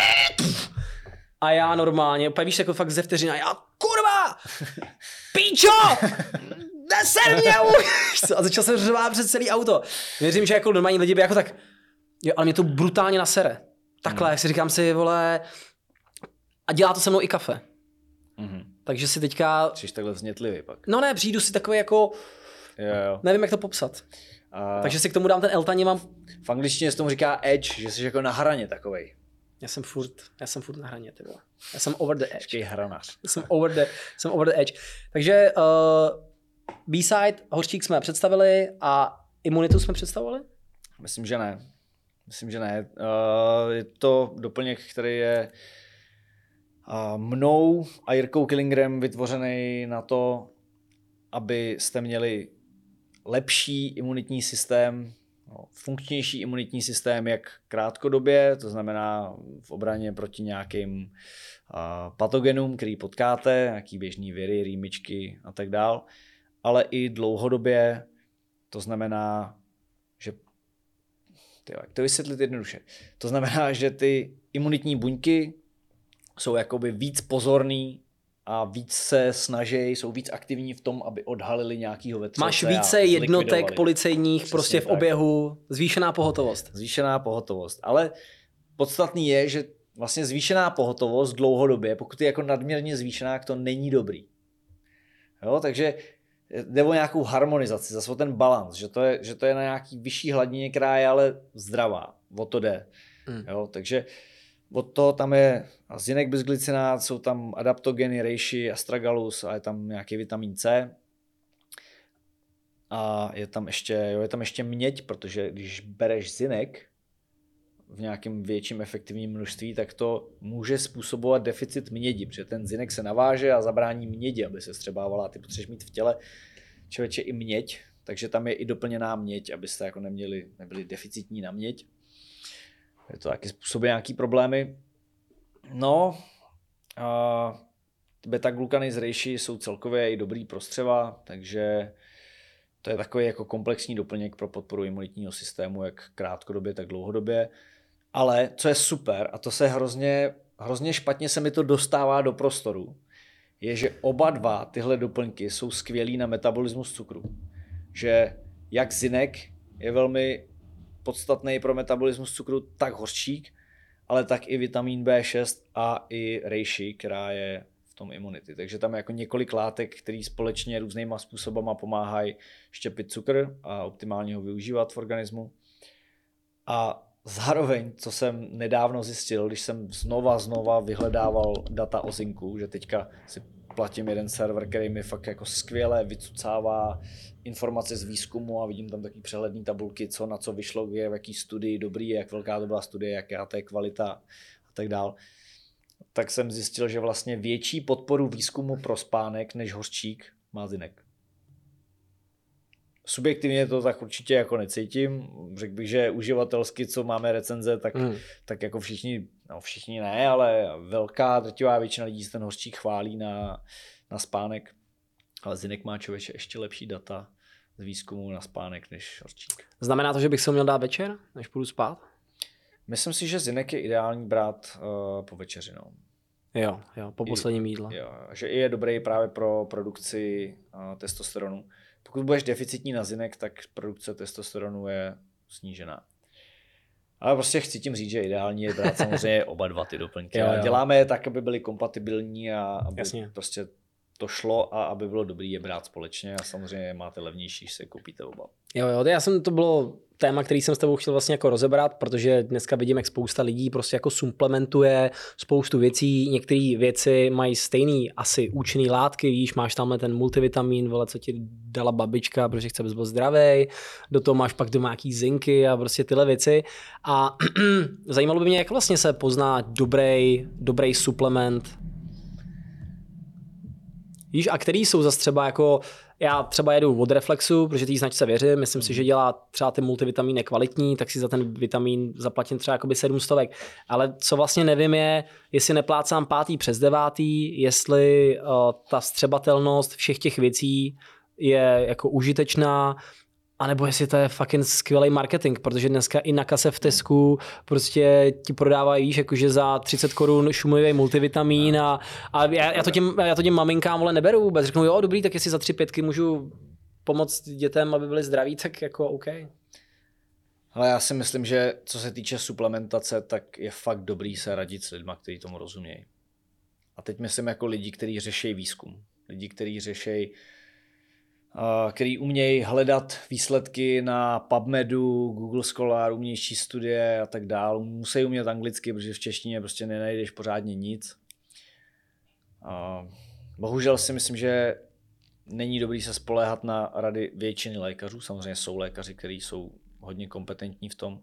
A já normálně, úplně víš, jako fakt ze vteřina, já kurva, píčo, neser mě už. A začal jsem řvát před celý auto. Věřím, že jako normální lidi by jako tak, jo, ale mě to brutálně nasere. Takhle, hmm. jak si říkám si, vole, a dělá to se mnou i kafe. Hmm. Takže si teďka... Jsi takhle vznětlivý pak. No ne, přijdu si takový jako, jo, jo. nevím, jak to popsat. A takže si k tomu dám ten L-tanin, mám... V angličtině se tomu říká edge, že jsi jako na hraně takovej. Já jsem furt, já jsem furt na hraně, ty vole. Já jsem over the edge. Počkej, hranař. jsem over the, jsem over the edge. Takže uh, B-side, hořčík jsme představili a imunitu jsme představili? Myslím, že ne. Myslím, že ne. Uh, je to doplněk, který je uh, mnou a Jirkou Killingrem vytvořený na to, abyste měli lepší imunitní systém, no, funkčnější imunitní systém jak krátkodobě, to znamená v obraně proti nějakým uh, patogenům, který potkáte, nějaký běžný viry, rýmičky a tak dál, ale i dlouhodobě, to znamená, že tyjo, jak to vysvětlit jednoduše, to znamená, že ty imunitní buňky jsou jakoby víc pozorný a víc se snaží, jsou víc aktivní v tom, aby odhalili nějakýho vetřelce. Máš více jednotek policejních přesně prostě v tak. Oběhu, zvýšená pohotovost. Zvýšená pohotovost, ale podstatný je, že vlastně zvýšená pohotovost dlouhodobě, pokud je jako nadměrně zvýšená, tak to není dobrý. Jo, takže jde o nějakou harmonizaci, zase o ten balans, že to je, že to je na nějaký vyšší hladině, která je ale zdravá, o to jde. Mm. Jo, takže od toho tam je zinek bisglycinát, jsou tam adaptogeny, reishi, astragalus a je tam nějaký vitamin C. A je tam ještě, jo, je tam ještě měď, protože když bereš zinek v nějakém větším efektivním množství, tak to může způsobovat deficit mědi, protože ten zinek se naváže a zabrání mědi, aby se střebávala. A ty potřebuješ mít v těle člověče i měď, takže tam je i doplněná měď, abyste jako neměli, nebyli deficitní na měď. Je to taky způsobuje nějaký problémy. No, uh, beta-glukany z reishi jsou celkově i dobrý pro střeva, takže to je takový jako komplexní doplněk pro podporu imunitního systému, jak krátkodobě, tak dlouhodobě. Ale co je super, a to se hrozně, hrozně špatně se mi to dostává do prostoru, je, že oba dva tyhle doplňky jsou skvělý na metabolismus cukru. Že jak zinek je velmi podstatný pro metabolismus cukru, tak hořčík, ale tak i vitamin B šest a i reishi, která je v tom imunity. Takže tam je jako několik látek, které společně různýma způsobama pomáhají štěpit cukr a optimálně ho využívat v organismu. A zároveň, co jsem nedávno zjistil, když jsem znova znova vyhledával data o zinku, že teďka si platím jeden server, který mi fakt jako skvěle vycucává informace z výzkumu a vidím tam taky přehledné tabulky, co na co vyšlo, kde, v jaký studii dobrý, jak velká to byla studie, jaká to je kvalita a tak dál. Tak jsem zjistil, že vlastně větší podporu výzkumu pro spánek než hořčík má zinek. Subjektivně to tak určitě jako necítím. Řekl bych, že uživatelsky, co máme recenze, tak, mm. tak jako všichni, no všichni ne, ale velká drtivá většina lidí se ten hořčík chválí na, na spánek. Ale zinek má člověče ještě lepší data z výzkumu na spánek než orčík. Znamená to, že bych se měl dát večer, než půjdu spát? Myslím si, že zinek je ideální brát uh, po večeři. No. Jo, jo, po posledním jídle. Jo, že i je dobrý právě pro produkci uh, testosteronu. Pokud budeš deficitní na zinek, tak produkce testosteronu je snížená. Ale prostě chci tím říct, že ideální je brát samozřejmě oba dva ty doplňky. Jo, jo. Děláme je tak, aby byly kompatibilní a aby Jasně. prostě to šlo a aby bylo dobrý je brát společně a samozřejmě máte levnější, když se koupíte oba. Jo, jo, já jsem, to bylo téma, který jsem s tebou chtěl vlastně jako rozebrat, protože dneska vidím, jak spousta lidí prostě jako suplementuje spoustu věcí, některé věci mají stejný asi účinný látky, víš, máš tamhle ten multivitamin, vole, co ti dala babička, protože chce, abys byl zdravej, do toho máš pak doma nějaký zinky a prostě tyhle věci a zajímalo by mě, jak vlastně se pozná dobrý, dobrý suplement. Víš, a který jsou zase třeba jako, já třeba jedu od Reflexu, protože té značce věřím, myslím si, že dělá třeba ten multivitamin je kvalitní, tak si za ten vitamin zaplatím třeba jakoby sedm stovek. Ale co vlastně nevím je, jestli neplácám pátý přes devátý, jestli uh, ta střebatelnost všech těch věcí je jako užitečná, anebo jestli to je fucking skvělý marketing, protože dneska i na kase v Tesku prostě ti prodávají, víš, jakože za třicet korun šumivý multivitamin a, a já, já, to těm, já to těm maminkám vole neberu vůbec. Řeknu, jo, dobrý, tak jestli za tři pětky můžu pomoct dětem, aby byli zdraví, tak jako OK. Ale já si myslím, že co se týče suplementace, tak je fakt dobrý se radit s lidma, kteří tomu rozumějí. A teď myslím jako lidi, kteří řeší výzkum. Lidi, kteří řeší který umějí hledat výsledky na PubMedu, Google Scholar, umějí číst studie a tak dál. Musí umět anglicky, protože v češtině prostě nenajdeš pořádně nic. A bohužel si myslím, že není dobrý se spoléhat na rady většiny lékařů. Samozřejmě jsou lékaři, kteří jsou hodně kompetentní v tom.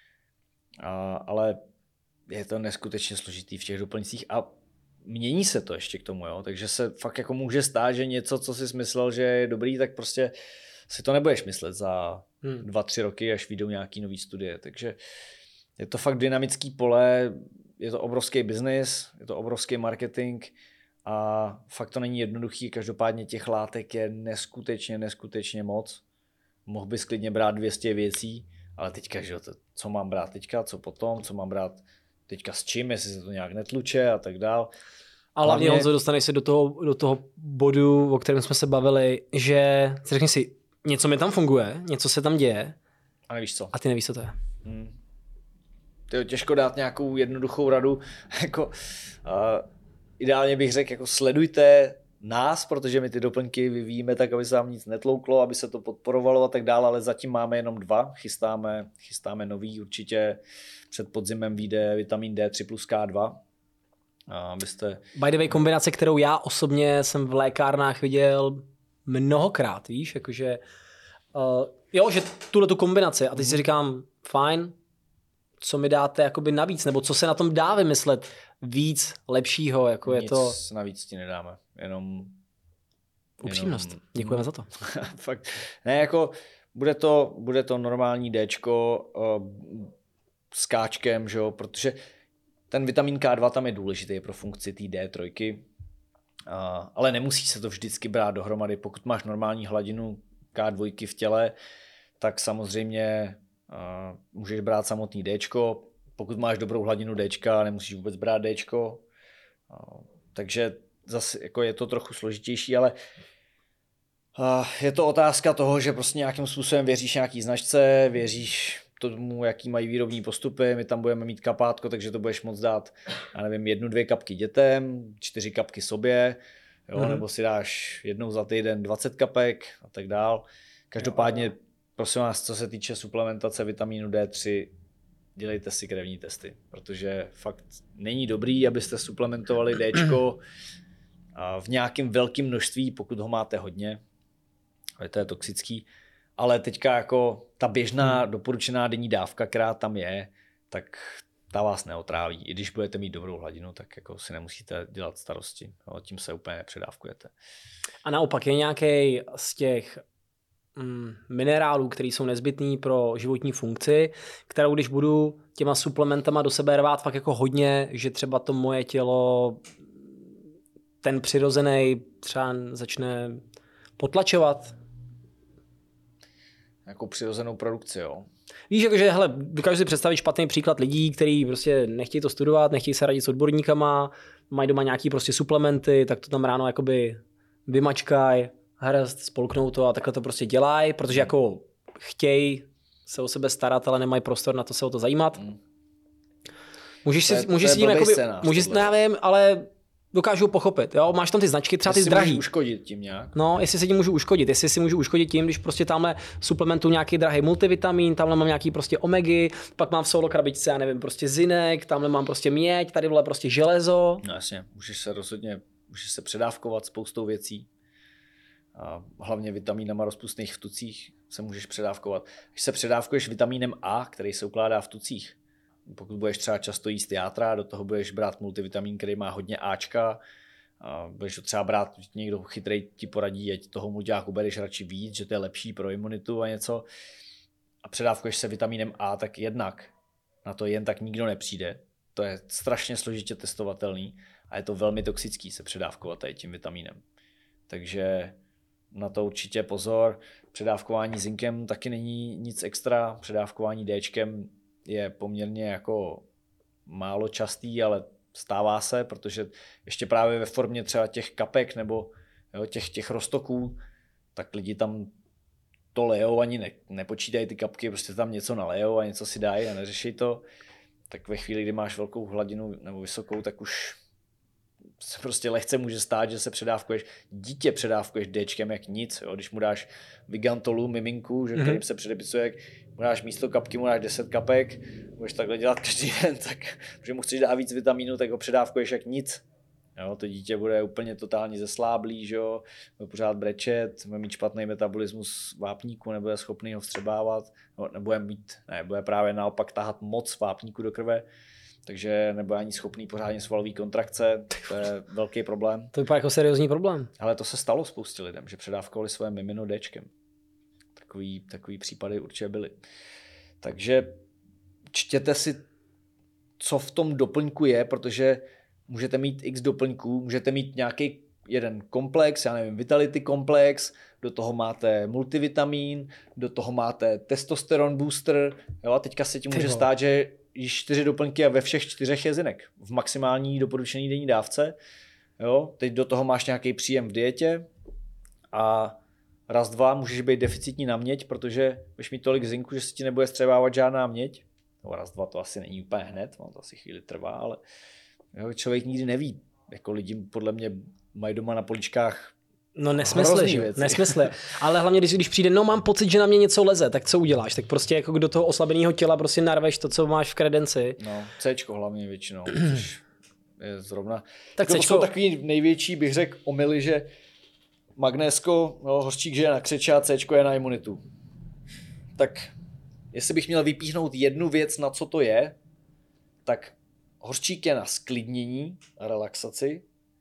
A, ale je to neskutečně složitý v těch doplňcích a mění se to ještě k tomu, jo? Takže se fakt jako může stát, že něco, co jsi myslel, že je dobrý, tak prostě si to nebudeš myslet za hmm. dva, tři roky, až vyjdou nějaký nový studie. Takže je to fakt dynamický pole, je to obrovský biznis, je to obrovský marketing a fakt to není jednoduchý. Každopádně těch látek je neskutečně, neskutečně moc. Mohl bys klidně brát dvě stě věcí, ale teďka, že to, co mám brát teďka, co potom, co mám brát teďka s čím, jestli se to nějak netluče a tak dál. A hlavně, Honzo, dostaneš se do toho, do toho bodu, o kterém jsme se bavili, že řekni si, něco mi tam funguje, něco se tam děje. A nevíš co. A ty nevíš, co to je. Hmm. To je těžko dát nějakou jednoduchou radu. jako, uh, ideálně bych řekl, jako sledujte nás, protože my ty doplňky vyvíjíme tak, aby se vám nic netlouklo, aby se to podporovalo a tak dále, ale zatím máme jenom dva. Chystáme, chystáme nový, určitě před podzimem vyjde vitamin D tři plus K dva. Abyste... By the way, kombinace, kterou já osobně jsem v lékárnách viděl mnohokrát, víš, jakože uh, jo, že tuhle tu kombinaci a teď si říkám, fajn, co mi dáte jakoby navíc, nebo co se na tom dá vymyslet víc, lepšího, jako Nic je to... navíc ti nedáme, jenom... Upřímnost, jenom... děkujeme za to. Fakt, ne, jako bude to, bude to normální Dčko uh, s káčkem, že jo, protože ten vitamin K dva tam je důležitý pro funkci té D tři, uh, ale nemusí se to vždycky brát dohromady. Pokud máš normální hladinu K dva v těle, tak samozřejmě uh, můžeš brát samotný Dčko. Pokud máš dobrou hladinu Dčka, nemusíš vůbec brát Dčko. Uh, takže zase jako je to trochu složitější, ale uh, je to otázka toho, že prostě nějakým způsobem věříš nějaký značce, věříš tomu, jaký mají výrobní postupy, my tam budeme mít kapátko, takže to budeš moct dát, já nevím, jednu, dvě kapky dětem, čtyři kapky sobě, jo, mm. nebo si dáš jednou za týden dvacet kapek a tak dál. Každopádně, prosím vás, co se týče suplementace vitamínu D tři, dělejte si krevní testy, protože fakt není dobrý, abyste suplementovali Dčko v nějakém velkém množství, pokud ho máte hodně, ale to je toxický. Ale teďka jako ta běžná doporučená denní dávka, která tam je, tak ta vás neotráví. I když budete mít dobrou hladinu, tak jako si nemusíte dělat starosti. No, tím se úplně nepředávkujete. A naopak je nějaký z těch mm, minerálů, které jsou nezbytný pro životní funkci, kterou když budu těma suplementama do sebe rvát fakt jako hodně, že třeba to moje tělo ten přirozený třeba začne potlačovat. jako přirozenou produkci, jo. Víš, jakože, hele, dokážu si představit špatný příklad lidí, kteří prostě nechtějí to studovat, nechtějí se radit s odborníkama, mají doma nějaký prostě suplementy, tak to tam ráno jakoby vymačkaj, hrst, spolknou to a takhle to prostě dělají, protože jako chtějí se o sebe starat, ale nemají prostor na to se o to zajímat. Mm. Můžeš si, je, můžeš si tím jakoby, scénář, můžeš, nevím, ale dokážu pochopit, jo, máš tam ty značky, třeba ty jestli drahý. Můžu uškodit tím nějak. No, jestli se tím můžu uškodit, jestli si můžu uškodit tím, když prostě tamhle suplementu nějaký drahý multivitamin, tamhle mám nějaký prostě omegy, pak mám v solo krabičce, já nevím, prostě zinek, tamhle mám prostě měď, tady vole prostě železo. No jasně, můžeš se rozhodně, můžeš se předávkovat spoustou věcí. A hlavně vitamínama rozpustných v tucích se můžeš předávkovat. Když se předávkuješ vitamínem A, který se ukládá v tucích, pokud budeš třeba často jíst játra, do toho budeš brát multivitamin, který má hodně Ačka, a budeš to třeba brát, někdo chytrej ti poradí, ať toho mulťáku bereš radši víc, že to je lepší pro imunitu a něco, a předávkuješ se vitamínem A, tak jednak na to jen tak nikdo nepřijde. To je strašně složitě testovatelný a je to velmi toxický se předávkovat tady tím vitamínem. Takže na to určitě pozor. Předávkování zinkem taky není nic extra. Předávkování Dčkem je poměrně jako málo častý, ale stává se, protože ještě právě ve formě třeba těch kapek nebo jo, těch, těch roztoků, tak lidi tam to lejou, ani ne, nepočítají ty kapky, prostě tam něco nalejou a něco si dají a neřeší to. Tak ve chvíli, kdy máš velkou hladinu nebo vysokou, tak už se prostě lehce může stát, že se předávkuješ, dítě předávkuješ Dčkem jak nic, jo? Když mu dáš Vigantolu, miminku, že mm-hmm. kterým se předepisuje, mu dáš místo kapky, mu dáš deset kapek, budeš takhle dělat každý den, tak protože mu chceš dát víc vitamínu, tak ho předávkuješ jak nic. Jo? To dítě bude úplně totálně zesláblý, že jo? Bude pořád brečet, bude mít špatný metabolismus vápníku, nebude schopný ho vstřebávat, no, nebude mít, ne, bude právě naopak tahat moc vápníku do krve. Takže nebude ani schopný pořádně svalový kontrakce, to je velký problém. To vypadá jako seriózní problém. Ale to se stalo spoustě lidem, že předávkovali své mimino Dčkem. Takový, takový případy určitě byly. Takže čtěte si, co v tom doplňku je, protože můžete mít x doplňků, můžete mít nějaký jeden komplex, já nevím, Vitality komplex, do toho máte multivitamin, do toho máte testosteron booster, jo, a teďka se ti může stát, že jíš čtyři doplňky a ve všech čtyřech je zinek. V maximální doporučený denní dávce. Jo? Teď do toho máš nějaký příjem v dietě a raz, dva můžeš být deficitní na měď, protože budeš mít tolik zinku, že se ti nebude střebávat žádná měď. No, raz, dva to asi není úplně hned, ono to asi chvíli trvá, ale jo, člověk nikdy neví. Jako lidi podle mě mají doma na poličkách no nesmysly, že? Nesmysly. Ale hlavně, když, když přijde, no mám pocit, že na mě něco leze, tak co uděláš? Tak prostě jako do toho oslabeného těla prostě narveš to, co máš v kredenci. No, Cčko hlavně většinou, což je zrovna. Tak to Cčko... jsou takový největší, bych řekl, omyly, že magnésko, no, hořčík, že je na křeče a Cčko je na imunitu. Tak jestli bych měl vypíchnout jednu věc, na co to je, tak hořčík je na sklidnění a relaxaci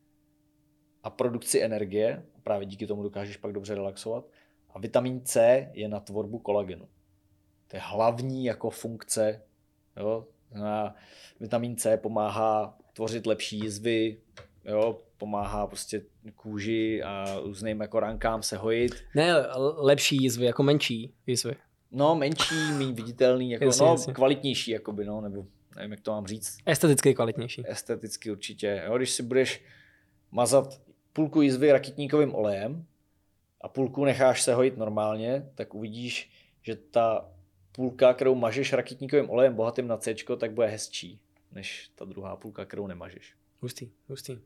a produkci energie. Právě díky tomu dokážeš pak dobře relaxovat. A vitamin C je na tvorbu kolagenu. To je hlavní jako funkce. Jo? Na vitamin C pomáhá tvořit lepší jizvy, jo? Pomáhá prostě kůži a různým jako rankám se hojit. Ne, lepší jizvy, jako menší jizvy. No, menší, méně viditelný, jako, jasně, no, jasně. kvalitnější, jakoby, no, nebo nevím, jak to mám říct. Esteticky kvalitnější. Esteticky určitě. Jo? Když si budeš mazat půlku jizvy rakitníkovým olejem a půlku necháš se hojit normálně, tak uvidíš, že ta půlka, kterou mažeš rakitníkovým olejem bohatým na Cčko, tak bude hezčí, než ta druhá půlka, kterou nemažeš. Hustý, hustý.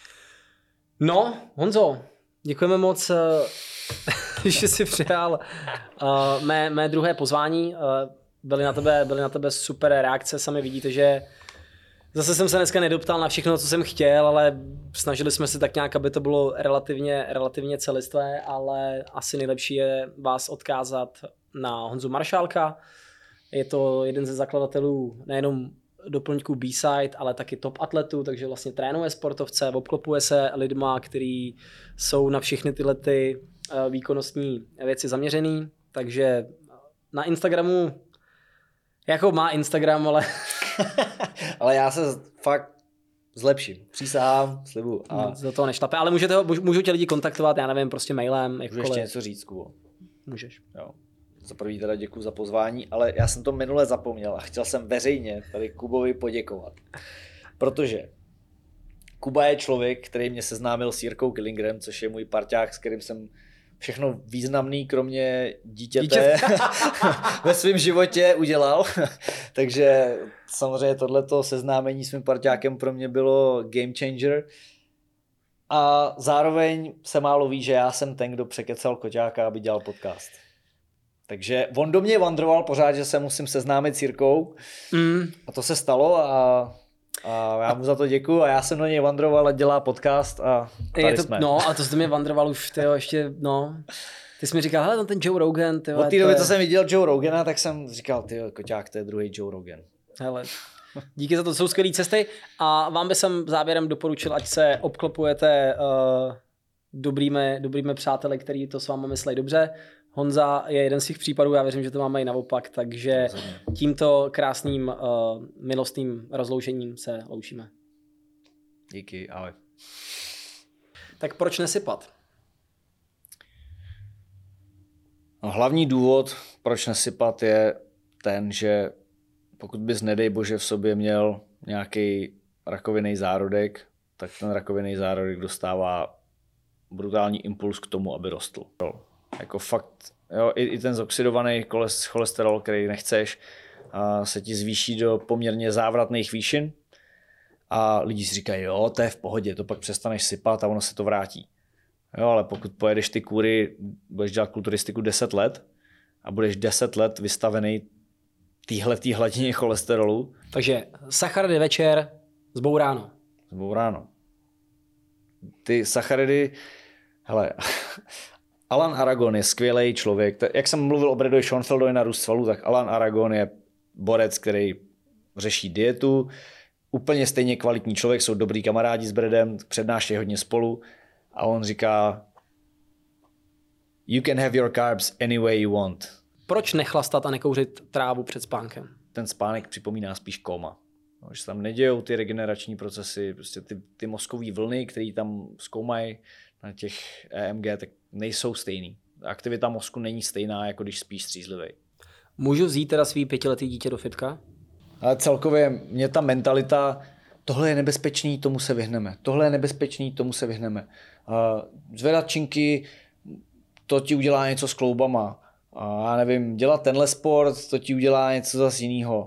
No, Honzo, děkujeme moc, že jsi přijal uh, mé, mé druhé pozvání. Uh, byly na tebe, byly na tebe super reakce, sami vidíte, že zase jsem se dneska nedoptal na všechno, co jsem chtěl, ale snažili jsme se tak nějak, aby to bylo relativně, relativně celistvé, ale asi nejlepší je vás odkázat na Honzu Maršálka. Je to jeden ze zakladatelů nejenom doplňků B-Side, ale taky top atletů, takže vlastně trénuje sportovce, obklopuje se lidma, kteří jsou na všechny tyhle ty výkonnostní věci zaměřený, takže na Instagramu, jako má Instagram, ale... ale já se fakt zlepším, přísahám, slibuju. A... za toho nešlape, ale můžete ho, můžu tě lidi kontaktovat, já nevím, prostě mailem, jakkoliv. Můžeš ještě něco říct, Kubo? Můžeš. Jo. za prvý teda děkuji za pozvání, ale já jsem to minule zapomněl a chtěl jsem veřejně tady Kubovi poděkovat. Protože Kuba je člověk, který mě seznámil s Jirkou Killingrem, což je můj parťák, s kterým jsem všechno významný, kromě dítěte, Dítěte. ve svém životě udělal. Takže samozřejmě tohleto seznámení s mým parťákem pro mě bylo game changer. A zároveň se málo ví, že já jsem ten, kdo překecal Koťáka, aby dělal podcast. Takže on do mě vandroval pořád, že se musím seznámit s Jirkou. Mm. A to se stalo a... A já mu za to děkuju a já jsem do něj vandroval a dělá podcast a tady je to, jsme. No a to jsi mě vandroval už, tyjo, ještě, no. Ty jsi mi říkal, hele, ten Joe Rogan, tyjo. Od té doby, je... co jsem viděl Joe Rogana, tak jsem říkal, tyjo, Koťák, to je druhý Joe Rogan. Hele, díky za to, to jsou skvělé cesty a vám bych jsem závěrem doporučil, ať se obklopujete uh, dobrými, dobrými přáteli, kteří to s vámi myslí dobře. Honza je jeden z těch případů, já věřím, že to máme i naopak, takže tímto krásným uh, milostným rozloučením se loučíme. Díky, ahoj. Tak proč nesypat? No, hlavní důvod, proč nesypat, je ten, že pokud bys, nedej bože, v sobě měl nějaký rakovinný zárodek, tak ten rakovinný zárodek dostává brutální impuls k tomu, aby rostl. Jako fakt, jo, i, i ten zoxidovaný cholesterol, který nechceš, a se ti zvýší do poměrně závratných výšin a lidi si říkají, jo, to je v pohodě, to pak přestaneš sypat a ono se to vrátí. Jo, ale pokud pojedeš ty kůry, budeš dělat kulturistiku deset let a budeš deset let vystavený týhletý hladině cholesterolu. Takže sacharidy večer, zbouráno. Zbouráno. Ty sacharidy, hele... Alan Aragon je skvělý člověk. Jak jsem mluvil o Bradovi Schoenfeldovi na růst svalů, tak Alan Aragon je borec, který řeší dietu. Úplně stejně kvalitní člověk, jsou dobrý kamarádi s Bradem, přednášejí hodně spolu. A on říká, you can have your carbs any way you want. Proč nechlastat a nekouřit trávu před spánkem? Ten spánek připomíná spíš koma. No, že tam nedějou ty regenerační procesy, prostě ty, ty mozkové vlny, které tam zkoumají na těch E M G, tak nejsou stejný. Aktivita mozku není stejná, jako když spíš střízlivej. Můžu vzít teda svý pětiletý dítě do fitka? Ale celkově mě ta mentalita, tohle je nebezpečný, tomu se vyhneme. Tohle je nebezpečný, tomu se vyhneme. Zvedat činky, to ti udělá něco s kloubama. A já nevím, dělat tenhle sport, to ti udělá něco zase jinýho.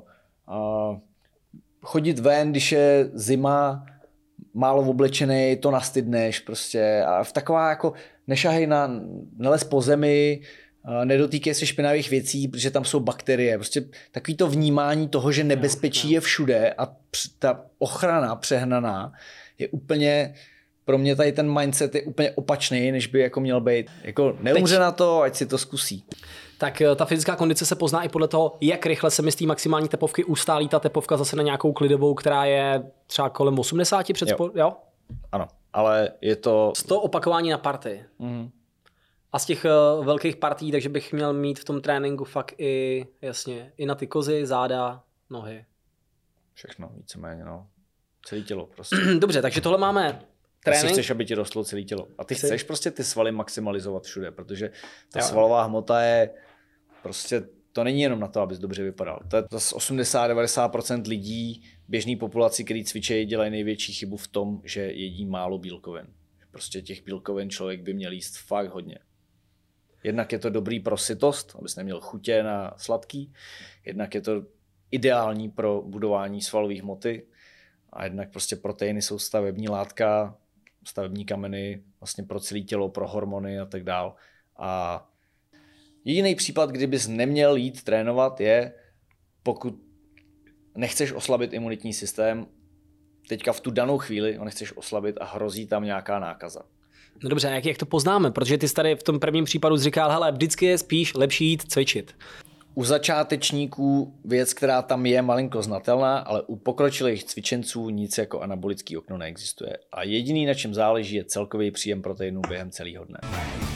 Chodit ven, když je zima, málo oblečený, to nastydneš prostě. A v taková jako nešahej na, nelez po zemi, nedotýkej se špinavých věcí, protože tam jsou bakterie. Prostě takový to vnímání toho, že nebezpečí je všude a ta ochrana přehnaná je úplně, pro mě tady ten mindset je úplně opačný, než by jako měl být. Jako neumře Teď. na to, ať si to zkusí. Tak ta fyzická kondice se pozná i podle toho, jak rychle se mi z té maximální tepovky ustálí ta tepovka zase na nějakou klidovou, která je třeba kolem osmdesát před sport, jo? Ano, ale je to... sto opakování na party. Mm. A z těch uh, velkých partí, takže bych měl mít v tom tréninku fakt i, jasně, i na ty kozy, záda, nohy. Všechno, víceméně, no. Celé tělo prostě. Dobře, takže tohle máme trénink. Ty chceš, aby ti rostlo celé tělo. A ty Chci. chceš prostě ty svaly maximalizovat všude, protože ta jo. svalová hmota je prostě, to není jenom na to, abys dobře vypadal. To je zase osmdesát až devadesát procent lidí, běžný populaci, který cvičejí, dělají největší chybu v tom, že jedí málo bílkovin. Prostě těch bílkovin člověk by měl jíst fakt hodně. Jednak je to dobrý pro sytost, abys neměl chutě na sladký. Jednak je to ideální pro budování svalové hmoty. A jednak prostě proteiny jsou stavební látka, stavební kameny vlastně pro celé tělo, pro hormony a tak dál. A jediný případ, kdybys neměl jít trénovat, je, pokud nechceš oslabit imunitní systém, teďka v tu danou chvíli ho nechceš oslabit a hrozí tam nějaká nákaza. No dobře, jak, jak to poznáme? Protože ty jsi tady v tom prvním případu říkal, hele, vždycky je spíš lepší jít cvičit. U začátečníků věc, která tam je malinko znatelná, ale u pokročilých cvičenců nic jako anabolický okno neexistuje. A jediný, na čem záleží, je celkový příjem proteinů během celého dne.